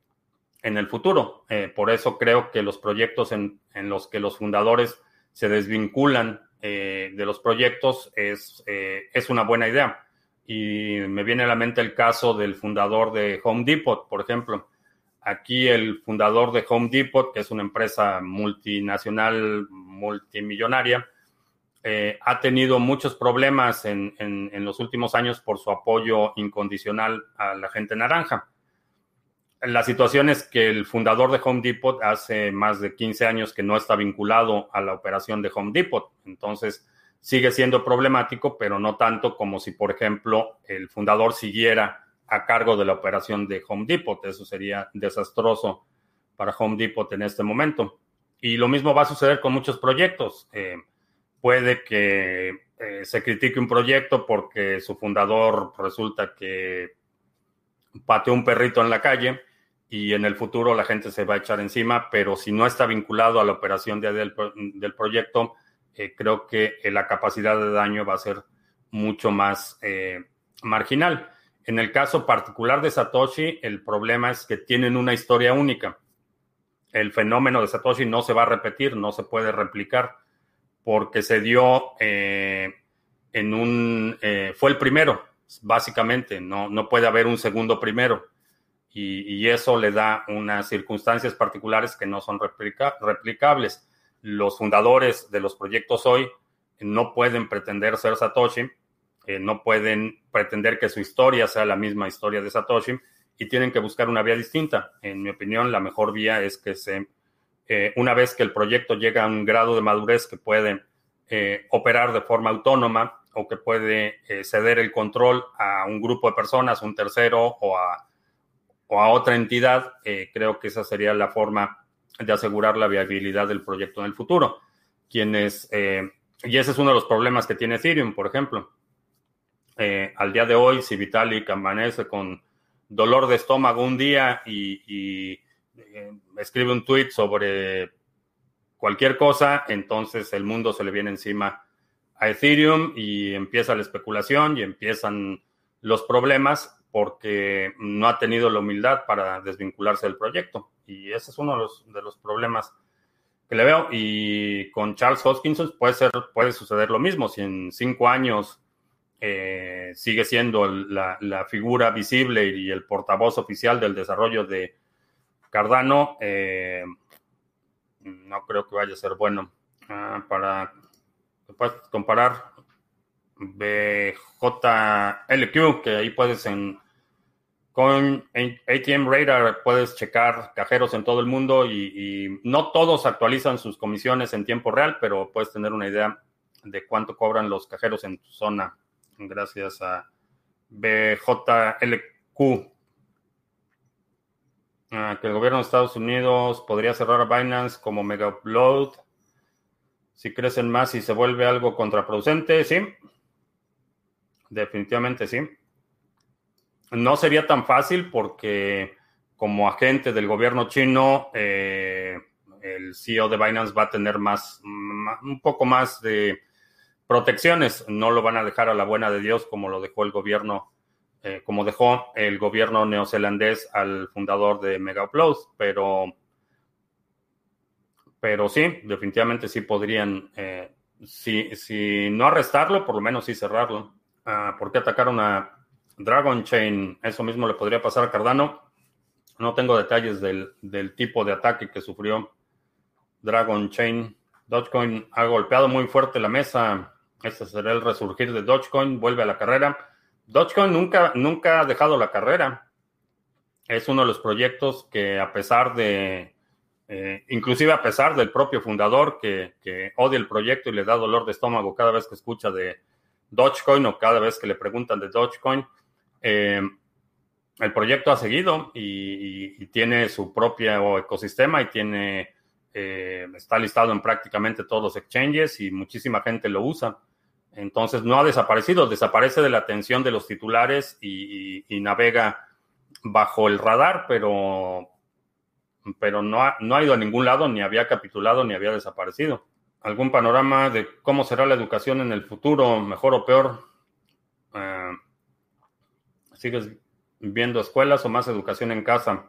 en el futuro. Eh, por eso creo que los proyectos en, en los que los fundadores se desvinculan eh, de los proyectos es, eh, es una buena idea. Y me viene a la mente el caso del fundador de Home Depot, por ejemplo. Aquí el fundador de Home Depot, que es una empresa multinacional, multimillonaria, eh, ha tenido muchos problemas en, en, en los últimos años por su apoyo incondicional a la gente naranja. La situación es que el fundador de Home Depot hace más de quince años que no está vinculado a la operación de Home Depot. Entonces, sigue siendo problemático, pero no tanto como si, por ejemplo, el fundador siguiera a cargo de la operación de Home Depot. Eso sería desastroso para Home Depot en este momento. Y lo mismo va a suceder con muchos proyectos. Eh, puede que eh, se critique un proyecto porque su fundador resulta que pateó un perrito en la calle y en el futuro la gente se va a echar encima, pero si no está vinculado a la operación de, del, del proyecto, eh, creo que eh, la capacidad de daño va a ser mucho más eh, marginal. En el caso particular de Satoshi, el problema es que tienen una historia única. El fenómeno de Satoshi no se va a repetir, no se puede replicar, porque se dio eh, en un... Eh, fue el primero, básicamente, no, no puede haber un segundo primero. Y, y eso le da unas circunstancias particulares que no son replica, replicables. Los fundadores de los proyectos hoy no pueden pretender ser Satoshi, eh, no pueden pretender que su historia sea la misma historia de Satoshi y tienen que buscar una vía distinta. En mi opinión, la mejor vía es que se, eh, una vez que el proyecto llega a un grado de madurez que puede eh, operar de forma autónoma o que puede eh, ceder el control a un grupo de personas, un tercero o a o a otra entidad, eh, creo que esa sería la forma de asegurar la viabilidad del proyecto en el futuro. Quienes, eh, y ese es uno de los problemas que tiene Ethereum, por ejemplo. Eh, al día de hoy, si Vitalik amanece con dolor de estómago un día y, y eh, escribe un tweet sobre cualquier cosa, entonces el mundo se le viene encima a Ethereum y empieza la especulación y empiezan los problemas, porque no ha tenido la humildad para desvincularse del proyecto. Y ese es uno de los, de los problemas que le veo. Y con Charles Hoskinson puede, ser, puede suceder lo mismo. Si en cinco años eh, sigue siendo la, la figura visible y el portavoz oficial del desarrollo de Cardano, eh, no creo que vaya a ser bueno. Uh, para puedes comparar B J L Q, que ahí puedes en con A T M Radar puedes checar cajeros en todo el mundo y, y no todos actualizan sus comisiones en tiempo real, pero puedes tener una idea de cuánto cobran los cajeros en tu zona gracias a B J L Q. Ah, que el gobierno de Estados Unidos podría cerrar a Binance como Mega Upload si crecen más y se vuelve algo contraproducente. Sí, definitivamente sí. No sería tan fácil porque como agente del gobierno chino, eh, el C E O de Binance va a tener más, más un poco más de protecciones. No lo van a dejar a la buena de Dios como lo dejó el gobierno, eh, como dejó el gobierno neozelandés al fundador de Mega Uploads, pero, pero sí, definitivamente sí podrían, eh, si, si no arrestarlo, por lo menos sí cerrarlo. Uh, ¿Por qué atacaron a Dragon Chain? Eso mismo le podría pasar a Cardano. No tengo detalles del, del tipo de ataque que sufrió Dragon Chain. Dogecoin ha golpeado muy fuerte la mesa. Este será el resurgir de Dogecoin. Vuelve a la carrera. Dogecoin nunca, nunca ha dejado la carrera. Es uno de los proyectos que a pesar de, eh, inclusive a pesar del propio fundador que, que odia el proyecto y le da dolor de estómago cada vez que escucha de Dogecoin o cada vez que le preguntan de Dogecoin, eh, el proyecto ha seguido y, y, y tiene su propio ecosistema y tiene, eh, está listado en prácticamente todos los exchanges y muchísima gente lo usa. Entonces no ha desaparecido, desaparece de la atención de los titulares y, y, y navega bajo el radar, pero, pero no, ha, no ha ido a ningún lado, ni había capitulado, ni había desaparecido. ¿Algún panorama de cómo será la educación en el futuro, mejor o peor? Uh, ¿Sigues viendo escuelas o más educación en casa?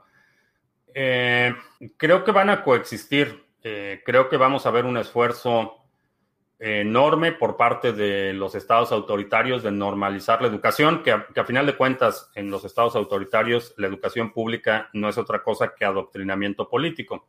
Eh, creo que van a coexistir. Eh, creo que vamos a ver un esfuerzo enorme por parte de los estados autoritarios de normalizar la educación, que a, que a final de cuentas en los estados autoritarios la educación pública no es otra cosa que adoctrinamiento político.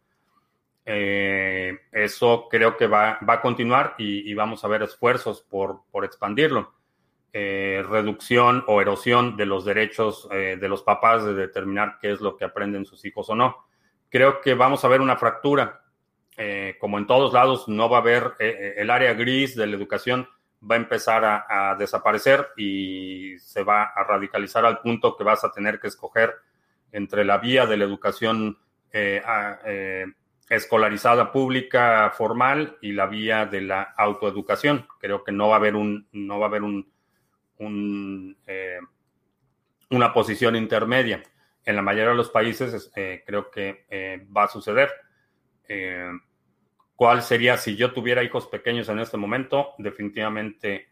Eh, eso creo que va, va a continuar y, y vamos a ver esfuerzos por, por expandirlo. Eh, reducción o erosión de los derechos eh, de los papás de determinar qué es lo que aprenden sus hijos o no. Creo que vamos a ver una fractura. Eh, como en todos lados, no va a haber eh, el área gris de la educación va a empezar a, a desaparecer y se va a radicalizar al punto que vas a tener que escoger entre la vía de la educación eh, a, eh, escolarizada pública formal y la vía de la autoeducación. Creo que no va a haber un, no va a haber un, un eh, una posición intermedia. En la mayoría de los países eh, creo que eh, va a suceder. Eh, ¿Cuál sería si yo tuviera hijos pequeños en este momento? Definitivamente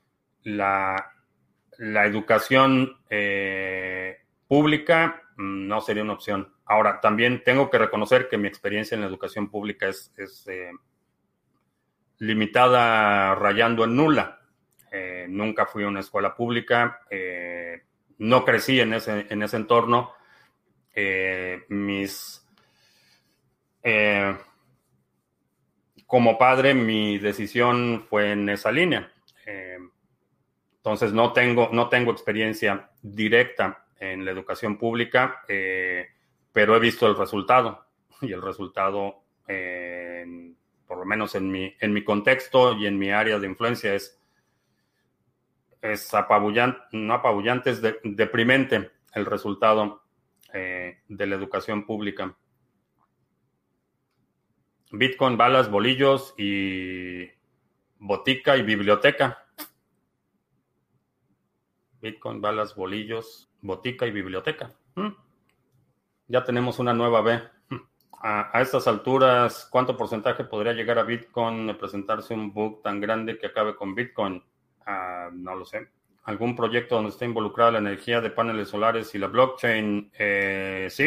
la, la educación eh, pública no sería una opción. Ahora, también tengo que reconocer que mi experiencia en la educación pública es, es eh, limitada, rayando en nula. Eh, nunca fui a una escuela pública, eh, no crecí en ese, en ese entorno. Eh, mis... Eh, como padre, mi decisión fue en esa línea. Eh, entonces, no tengo, no tengo experiencia directa en la educación pública, eh, pero he visto el resultado. Y el resultado, eh, por lo menos en mi, en mi contexto y en mi área de influencia, es, es apabullante, no apabullante, es de, deprimente el resultado eh, de la educación pública. Bitcoin, balas, bolillos y botica y biblioteca. Bitcoin, balas, bolillos, botica y biblioteca. ¿Mm? Ya tenemos una nueva B. A, a estas alturas, ¿cuánto porcentaje podría llegar a Bitcoin de presentarse un bug tan grande que acabe con Bitcoin? Uh, no lo sé. ¿Algún proyecto donde esté involucrada la energía de paneles solares y la blockchain? Eh, sí.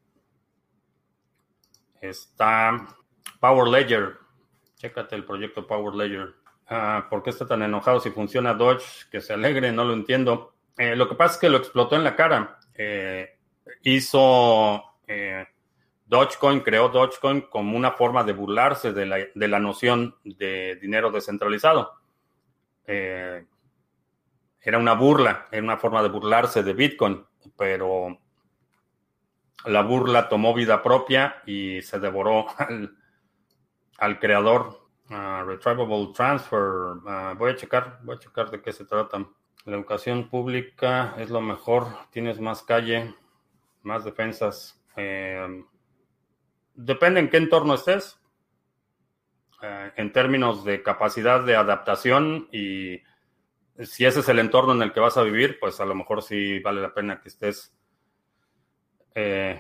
Está Power Ledger. Chécate el proyecto Power Ledger. Uh, ¿Por qué está tan enojado si funciona Doge? Que se alegre, no lo entiendo. Eh, lo que pasa es que lo explotó en la cara. Eh, hizo... Eh, Dogecoin, creó Dogecoin como una forma de burlarse de la, de la noción de dinero descentralizado. Eh, era una burla, era una forma de burlarse de Bitcoin, pero la burla tomó vida propia y se devoró al, al creador. Uh, Retrievable Transfer, uh, voy a checar, voy a checar de qué se trata. La educación pública es lo mejor, tienes más calle, más defensas. Eh, depende en qué entorno estés. Uh, en términos de capacidad de adaptación y si ese es el entorno en el que vas a vivir, pues a lo mejor sí vale la pena que estés eh,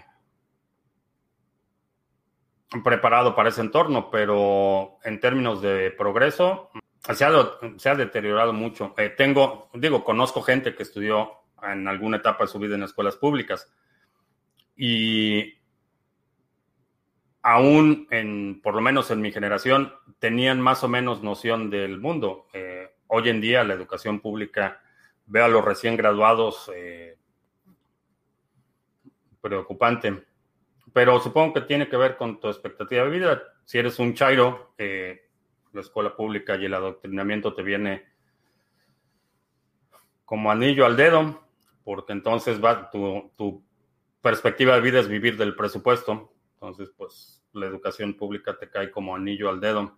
preparado para ese entorno, pero en términos de progreso, Se ha, se ha deteriorado mucho. Eh, tengo, digo, conozco gente que estudió en alguna etapa de su vida en escuelas públicas y aún en, por lo menos en mi generación, tenían más o menos noción del mundo. Eh, hoy en día la educación pública ve a los recién graduados eh, preocupante, pero supongo que tiene que ver con tu expectativa de vida. Si eres un chairo, eh, la escuela pública y el adoctrinamiento te viene como anillo al dedo, porque entonces va tu, tu perspectiva de vida es vivir del presupuesto. Entonces, pues la educación pública te cae como anillo al dedo.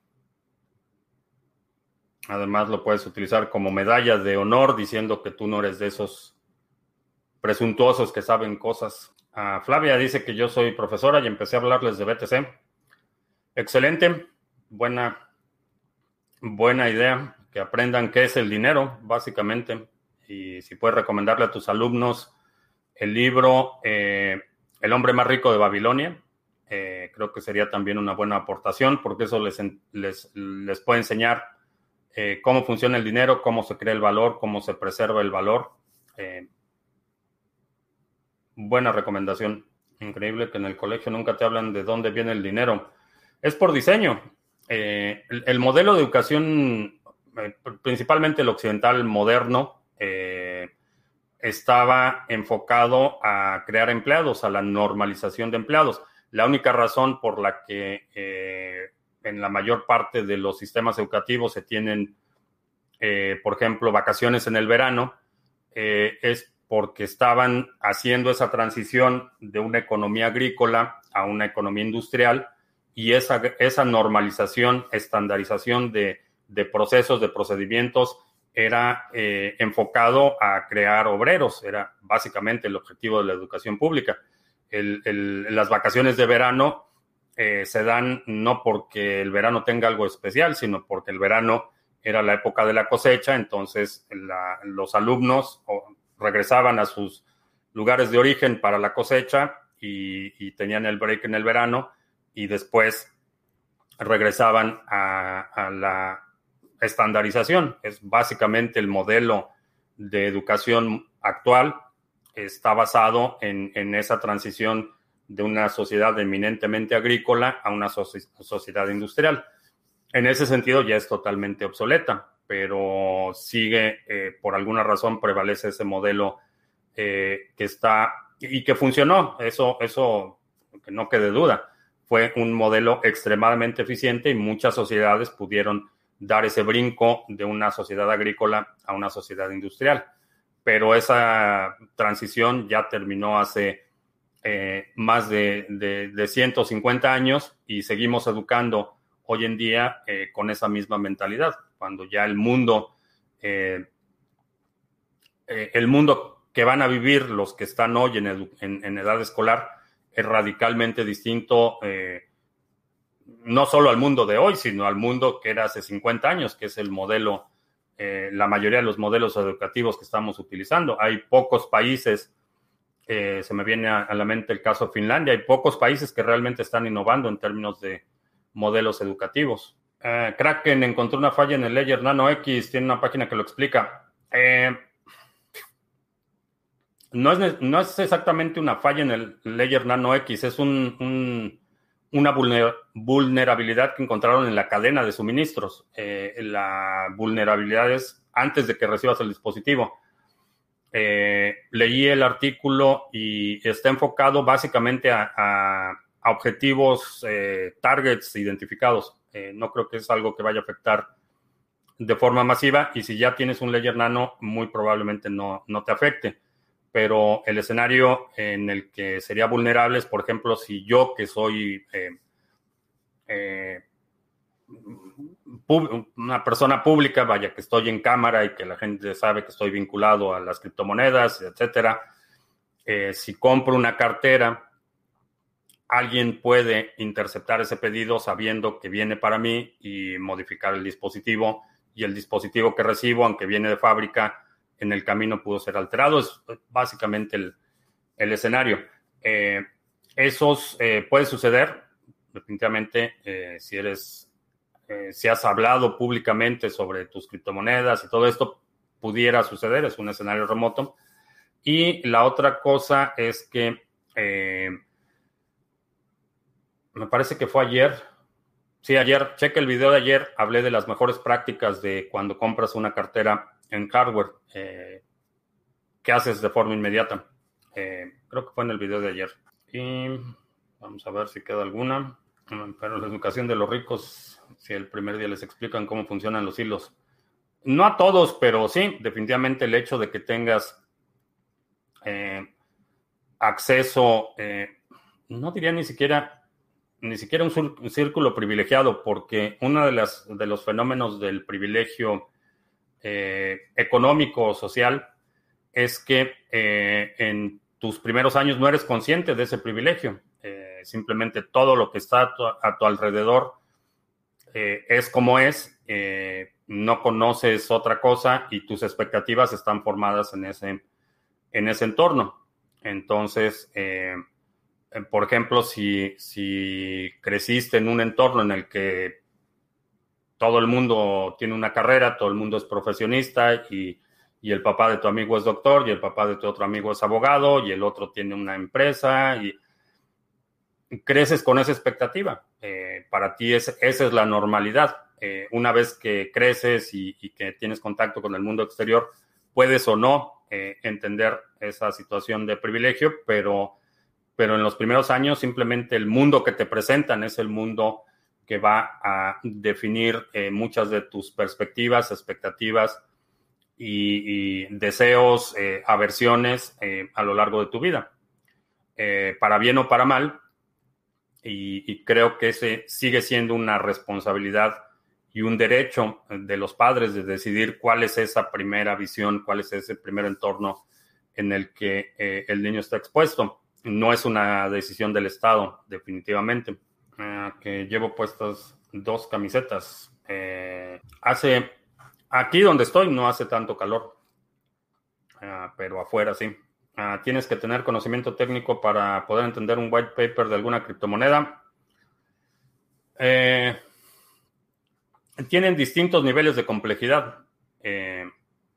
Además, lo puedes utilizar como medalla de honor diciendo que tú no eres de esos presuntuosos que saben cosas. Uh, Flavia dice que yo soy profesora y empecé a hablarles de B T C. Excelente, buena, buena idea, que aprendan qué es el dinero, básicamente. Y si puedes recomendarle a tus alumnos el libro eh, El hombre más rico de Babilonia, eh, creo que sería también una buena aportación, porque eso les, les, les puede enseñar eh, cómo funciona el dinero, cómo se crea el valor, cómo se preserva el valor. Eh, buena recomendación. Increíble que en el colegio nunca te hablan de dónde viene el dinero. Es por diseño. Eh, el, el modelo de educación, eh, principalmente el occidental moderno, eh, estaba enfocado a crear empleados, a la normalización de empleados. La única razón por la que eh, en la mayor parte de los sistemas educativos se tienen, eh, por ejemplo, vacaciones en el verano, eh, es porque estaban haciendo esa transición de una economía agrícola a una economía industrial y esa, esa normalización, estandarización de, de procesos, de procedimientos, era eh, enfocado a crear obreros, era básicamente el objetivo de la educación pública. El, el, las vacaciones de verano eh, se dan no porque el verano tenga algo especial, sino porque el verano era la época de la cosecha, entonces la, los alumnos regresaban a sus lugares de origen para la cosecha y, y tenían el break en el verano y después regresaban a, a la estandarización. Es básicamente el modelo de educación actual. Está basado en, en esa transición de una sociedad eminentemente agrícola a una so- sociedad industrial. En ese sentido ya es totalmente obsoleta, pero sigue, eh, por alguna razón prevalece ese modelo eh, que está y que funcionó. Eso, eso que no quede duda. Fue un modelo extremadamente eficiente y muchas sociedades pudieron dar ese brinco de una sociedad agrícola a una sociedad industrial. Pero esa transición ya terminó hace eh, más de, de, de ciento cincuenta años y seguimos educando hoy en día eh, con esa misma mentalidad, cuando ya el mundo, eh, eh, el mundo que van a vivir los que están hoy en, edu- en, en edad escolar es radicalmente distinto, eh, no solo al mundo de hoy, sino al mundo que era hace cincuenta años, que es el modelo, eh, la mayoría de los modelos educativos que estamos utilizando. Hay pocos países, eh, se me viene a, a la mente el caso de Finlandia, hay pocos países que realmente están innovando en términos de modelos educativos. Uh, Kraken encontró una falla en el Ledger Nano X, tiene una página que lo explica. Eh, no, es, no es exactamente una falla en el Ledger Nano X, es un, un, una vulner, vulnerabilidad que encontraron en la cadena de suministros. Eh, la vulnerabilidad es antes de que recibas el dispositivo. Eh, leí el artículo y está enfocado básicamente a, a, a objetivos, eh, targets identificados. Eh, no creo que es algo que vaya a afectar de forma masiva y si ya tienes un Ledger Nano, muy probablemente no, no te afecte. Pero el escenario en el que sería vulnerable es, por ejemplo, si yo que soy eh, eh, una persona pública, vaya, que estoy en cámara y que la gente sabe que estoy vinculado a las criptomonedas, etcétera. Eh, si compro una cartera, alguien puede interceptar ese pedido sabiendo que viene para mí y modificar el dispositivo y el dispositivo que recibo, aunque viene de fábrica, en el camino pudo ser alterado. Es básicamente el, el escenario. Eh, esos eh, puede suceder definitivamente eh, si eres eh, si has hablado públicamente sobre tus criptomonedas y todo esto, pudiera suceder, es un escenario remoto. Y la otra cosa es que eh, me parece que fue ayer, sí, ayer, cheque el video de ayer, hablé de las mejores prácticas de cuando compras una cartera en hardware, eh, ¿qué haces de forma inmediata? Eh, creo que fue en el video de ayer. Y vamos a ver si queda alguna. Pero la educación de los ricos, si el primer día les explican cómo funcionan los hilos. No a todos, pero sí, definitivamente el hecho de que tengas eh, acceso, eh, no diría ni siquiera, ni siquiera un, sur- un círculo privilegiado, porque uno de, las, de los fenómenos del privilegio eh, económico o social es que eh, en tus primeros años no eres consciente de ese privilegio. Eh, simplemente todo lo que está a tu, a tu alrededor eh, es como es, eh, no conoces otra cosa y tus expectativas están formadas en ese, en ese entorno. Entonces, eh, por ejemplo, si, si creciste en un entorno en el que todo el mundo tiene una carrera, todo el mundo es profesionista y, y el papá de tu amigo es doctor y el papá de tu otro amigo es abogado y el otro tiene una empresa y creces con esa expectativa. Eh, para ti es, esa es la normalidad. Eh, una vez que creces y, y que tienes contacto con el mundo exterior, puedes o no eh, entender esa situación de privilegio, pero, pero en los primeros años simplemente el mundo que te presentan es el mundo que va a definir eh, muchas de tus perspectivas, expectativas y, y deseos, eh, aversiones eh, a lo largo de tu vida. Eh, para bien o para mal, y, y creo que ese sigue siendo una responsabilidad y un derecho de los padres de decidir cuál es esa primera visión, cuál es ese primer entorno en el que eh, el niño está expuesto. No es una decisión del Estado, definitivamente. Eh, que llevo puestas dos camisetas. Eh, hace, aquí donde estoy no hace tanto calor, eh, pero afuera sí. Uh, tienes que tener conocimiento técnico para poder entender un white paper de alguna criptomoneda. Eh, tienen distintos niveles de complejidad. Eh,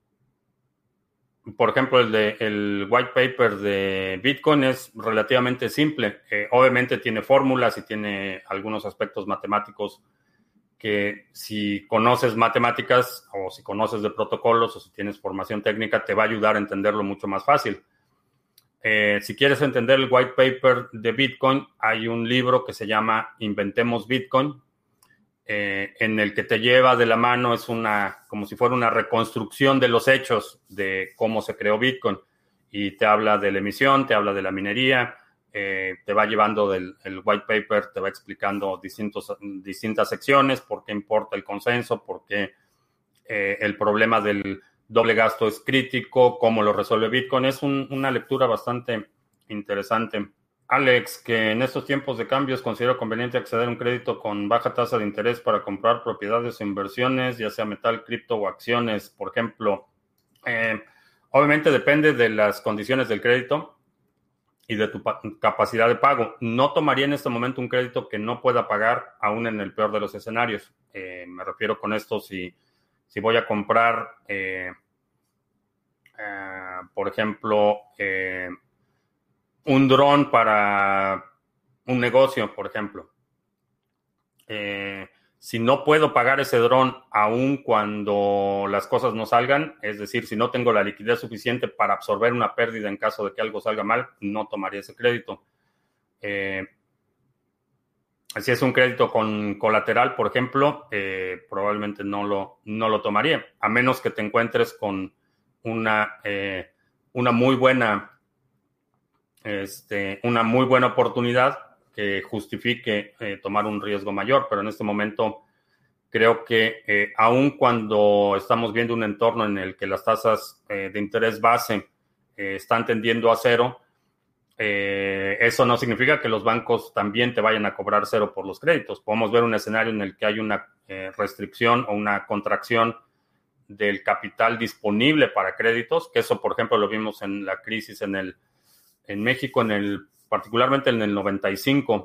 por ejemplo, el, de, el white paper de Bitcoin es relativamente simple. Eh, obviamente tiene fórmulas y tiene algunos aspectos matemáticos que si conoces matemáticas o si conoces de protocolos o si tienes formación técnica, te va a ayudar a entenderlo mucho más fácil. Eh, si quieres entender el white paper de Bitcoin, hay un libro que se llama Inventemos Bitcoin, eh, en el que te lleva de la mano, es una, como si fuera una reconstrucción de los hechos de cómo se creó Bitcoin. Y te habla de la emisión, te habla de la minería, eh, te va llevando del el white paper, te va explicando distintos, distintas secciones, por qué importa el consenso, por qué eh, el problema del doble gasto es crítico, cómo lo resuelve Bitcoin. Es un, una lectura bastante interesante. Alex, que en estos tiempos de cambios considero conveniente acceder a un crédito con baja tasa de interés para comprar propiedades o inversiones, ya sea metal, cripto o acciones, por ejemplo. Eh, obviamente depende de las condiciones del crédito y de tu capacidad de pago. No tomaría en este momento un crédito que no pueda pagar, aún en el peor de los escenarios. Eh, me refiero con esto si... Si voy a comprar, eh, eh, por ejemplo, eh, un dron para un negocio, por ejemplo. Eh, si no puedo pagar ese dron aún cuando las cosas no salgan, es decir, si no tengo la liquidez suficiente para absorber una pérdida en caso de que algo salga mal, no tomaría ese crédito. Eh, Si es un crédito con colateral, por ejemplo, eh, probablemente no lo, no lo tomaría, a menos que te encuentres con una, eh, una muy buena, este, una muy buena oportunidad que justifique eh, tomar un riesgo mayor. Pero en este momento creo que eh, aun cuando estamos viendo un entorno en el que las tasas eh, de interés base eh, están tendiendo a cero, Eh, eso no significa que los bancos también te vayan a cobrar cero por los créditos. Podemos ver un escenario en el que hay una eh, restricción o una contracción del capital disponible para créditos, que eso, por ejemplo, lo vimos en la crisis en, el, en México, en el, particularmente en el noventa y cinco,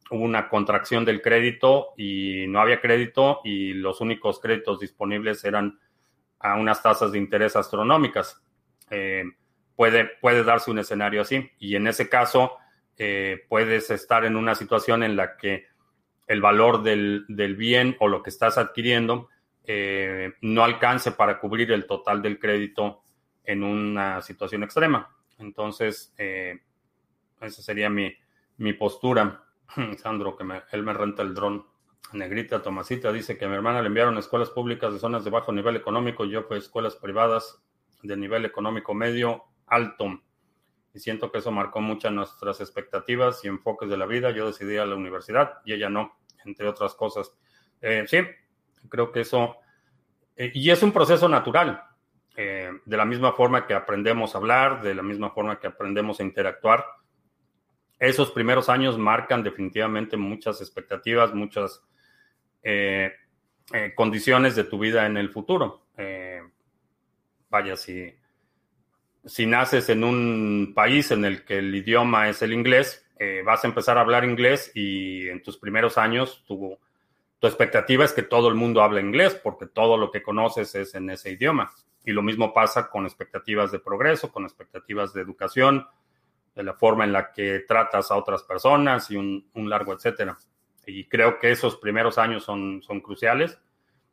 hubo una contracción del crédito y no había crédito y los únicos créditos disponibles eran a unas tasas de interés astronómicas. Eh, puede, puede darse un escenario así y en ese caso eh, puedes estar en una situación en la que el valor del, del bien o lo que estás adquiriendo eh, no alcance para cubrir el total del crédito en una situación extrema. Entonces, eh, esa sería mi, mi postura. Sandro, que me, él me renta el dron. Negrita Tomasita dice que a mi hermana le enviaron a escuelas públicas de zonas de bajo nivel económico y yo fui a escuelas privadas de nivel económico medio alto. Y siento que eso marcó muchas nuestras expectativas y enfoques de la vida. Yo decidí ir a la universidad y ella no, entre otras cosas. Eh, sí, creo que eso... Eh, y es un proceso natural. Eh, de la misma forma que aprendemos a hablar, de la misma forma que aprendemos a interactuar. Esos primeros años marcan definitivamente muchas expectativas, muchas eh, eh, condiciones de tu vida en el futuro. Eh, vaya, si, si naces en un país en el que el idioma es el inglés, eh, vas a empezar a hablar inglés y en tus primeros años tu, tu expectativa es que todo el mundo hable inglés porque todo lo que conoces es en ese idioma. Y lo mismo pasa con expectativas de progreso, con expectativas de educación, de la forma en la que tratas a otras personas y un, un largo etcétera. Y creo que esos primeros años son, son cruciales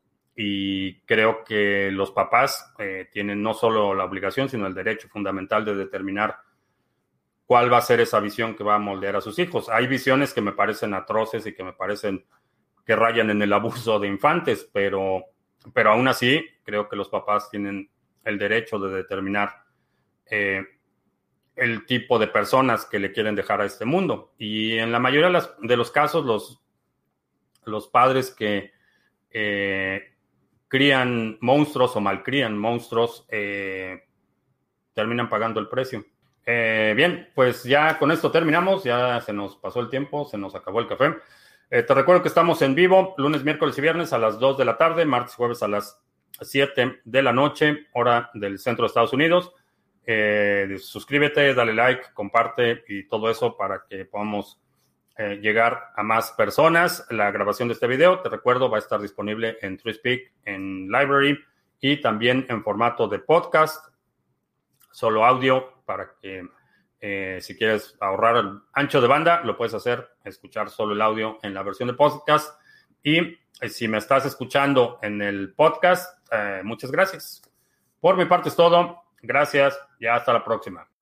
y creo que los papás eh, tienen no solo la obligación, sino el derecho fundamental de determinar cuál va a ser esa visión que va a moldear a sus hijos. Hay visiones que me parecen atroces y que me parecen que rayan en el abuso de infantes, pero, pero aún así creo que los papás tienen el derecho de determinar eh, el tipo de personas que le quieren dejar a este mundo. Y en la mayoría de, las, de los casos, los, los padres que eh, crían monstruos o malcrían monstruos eh, terminan pagando el precio. Eh, bien, pues ya con esto terminamos, ya se nos pasó el tiempo, se nos acabó el café. Eh, te recuerdo que estamos en vivo lunes, miércoles y viernes a las dos de la tarde, martes y jueves a las siete de la noche, hora del centro de Estados Unidos. Eh, suscríbete, dale like, comparte y todo eso para que podamos eh, llegar a más personas. La grabación de este video, te recuerdo, va a estar disponible en TrueSpeak, en Library y también en formato de podcast, solo audio, para que eh, si quieres ahorrar el ancho de banda, lo puedes hacer, escuchar solo el audio en la versión de podcast. Y eh, si me estás escuchando en el podcast, eh, muchas gracias. Por mi parte es todo. Gracias y hasta la próxima.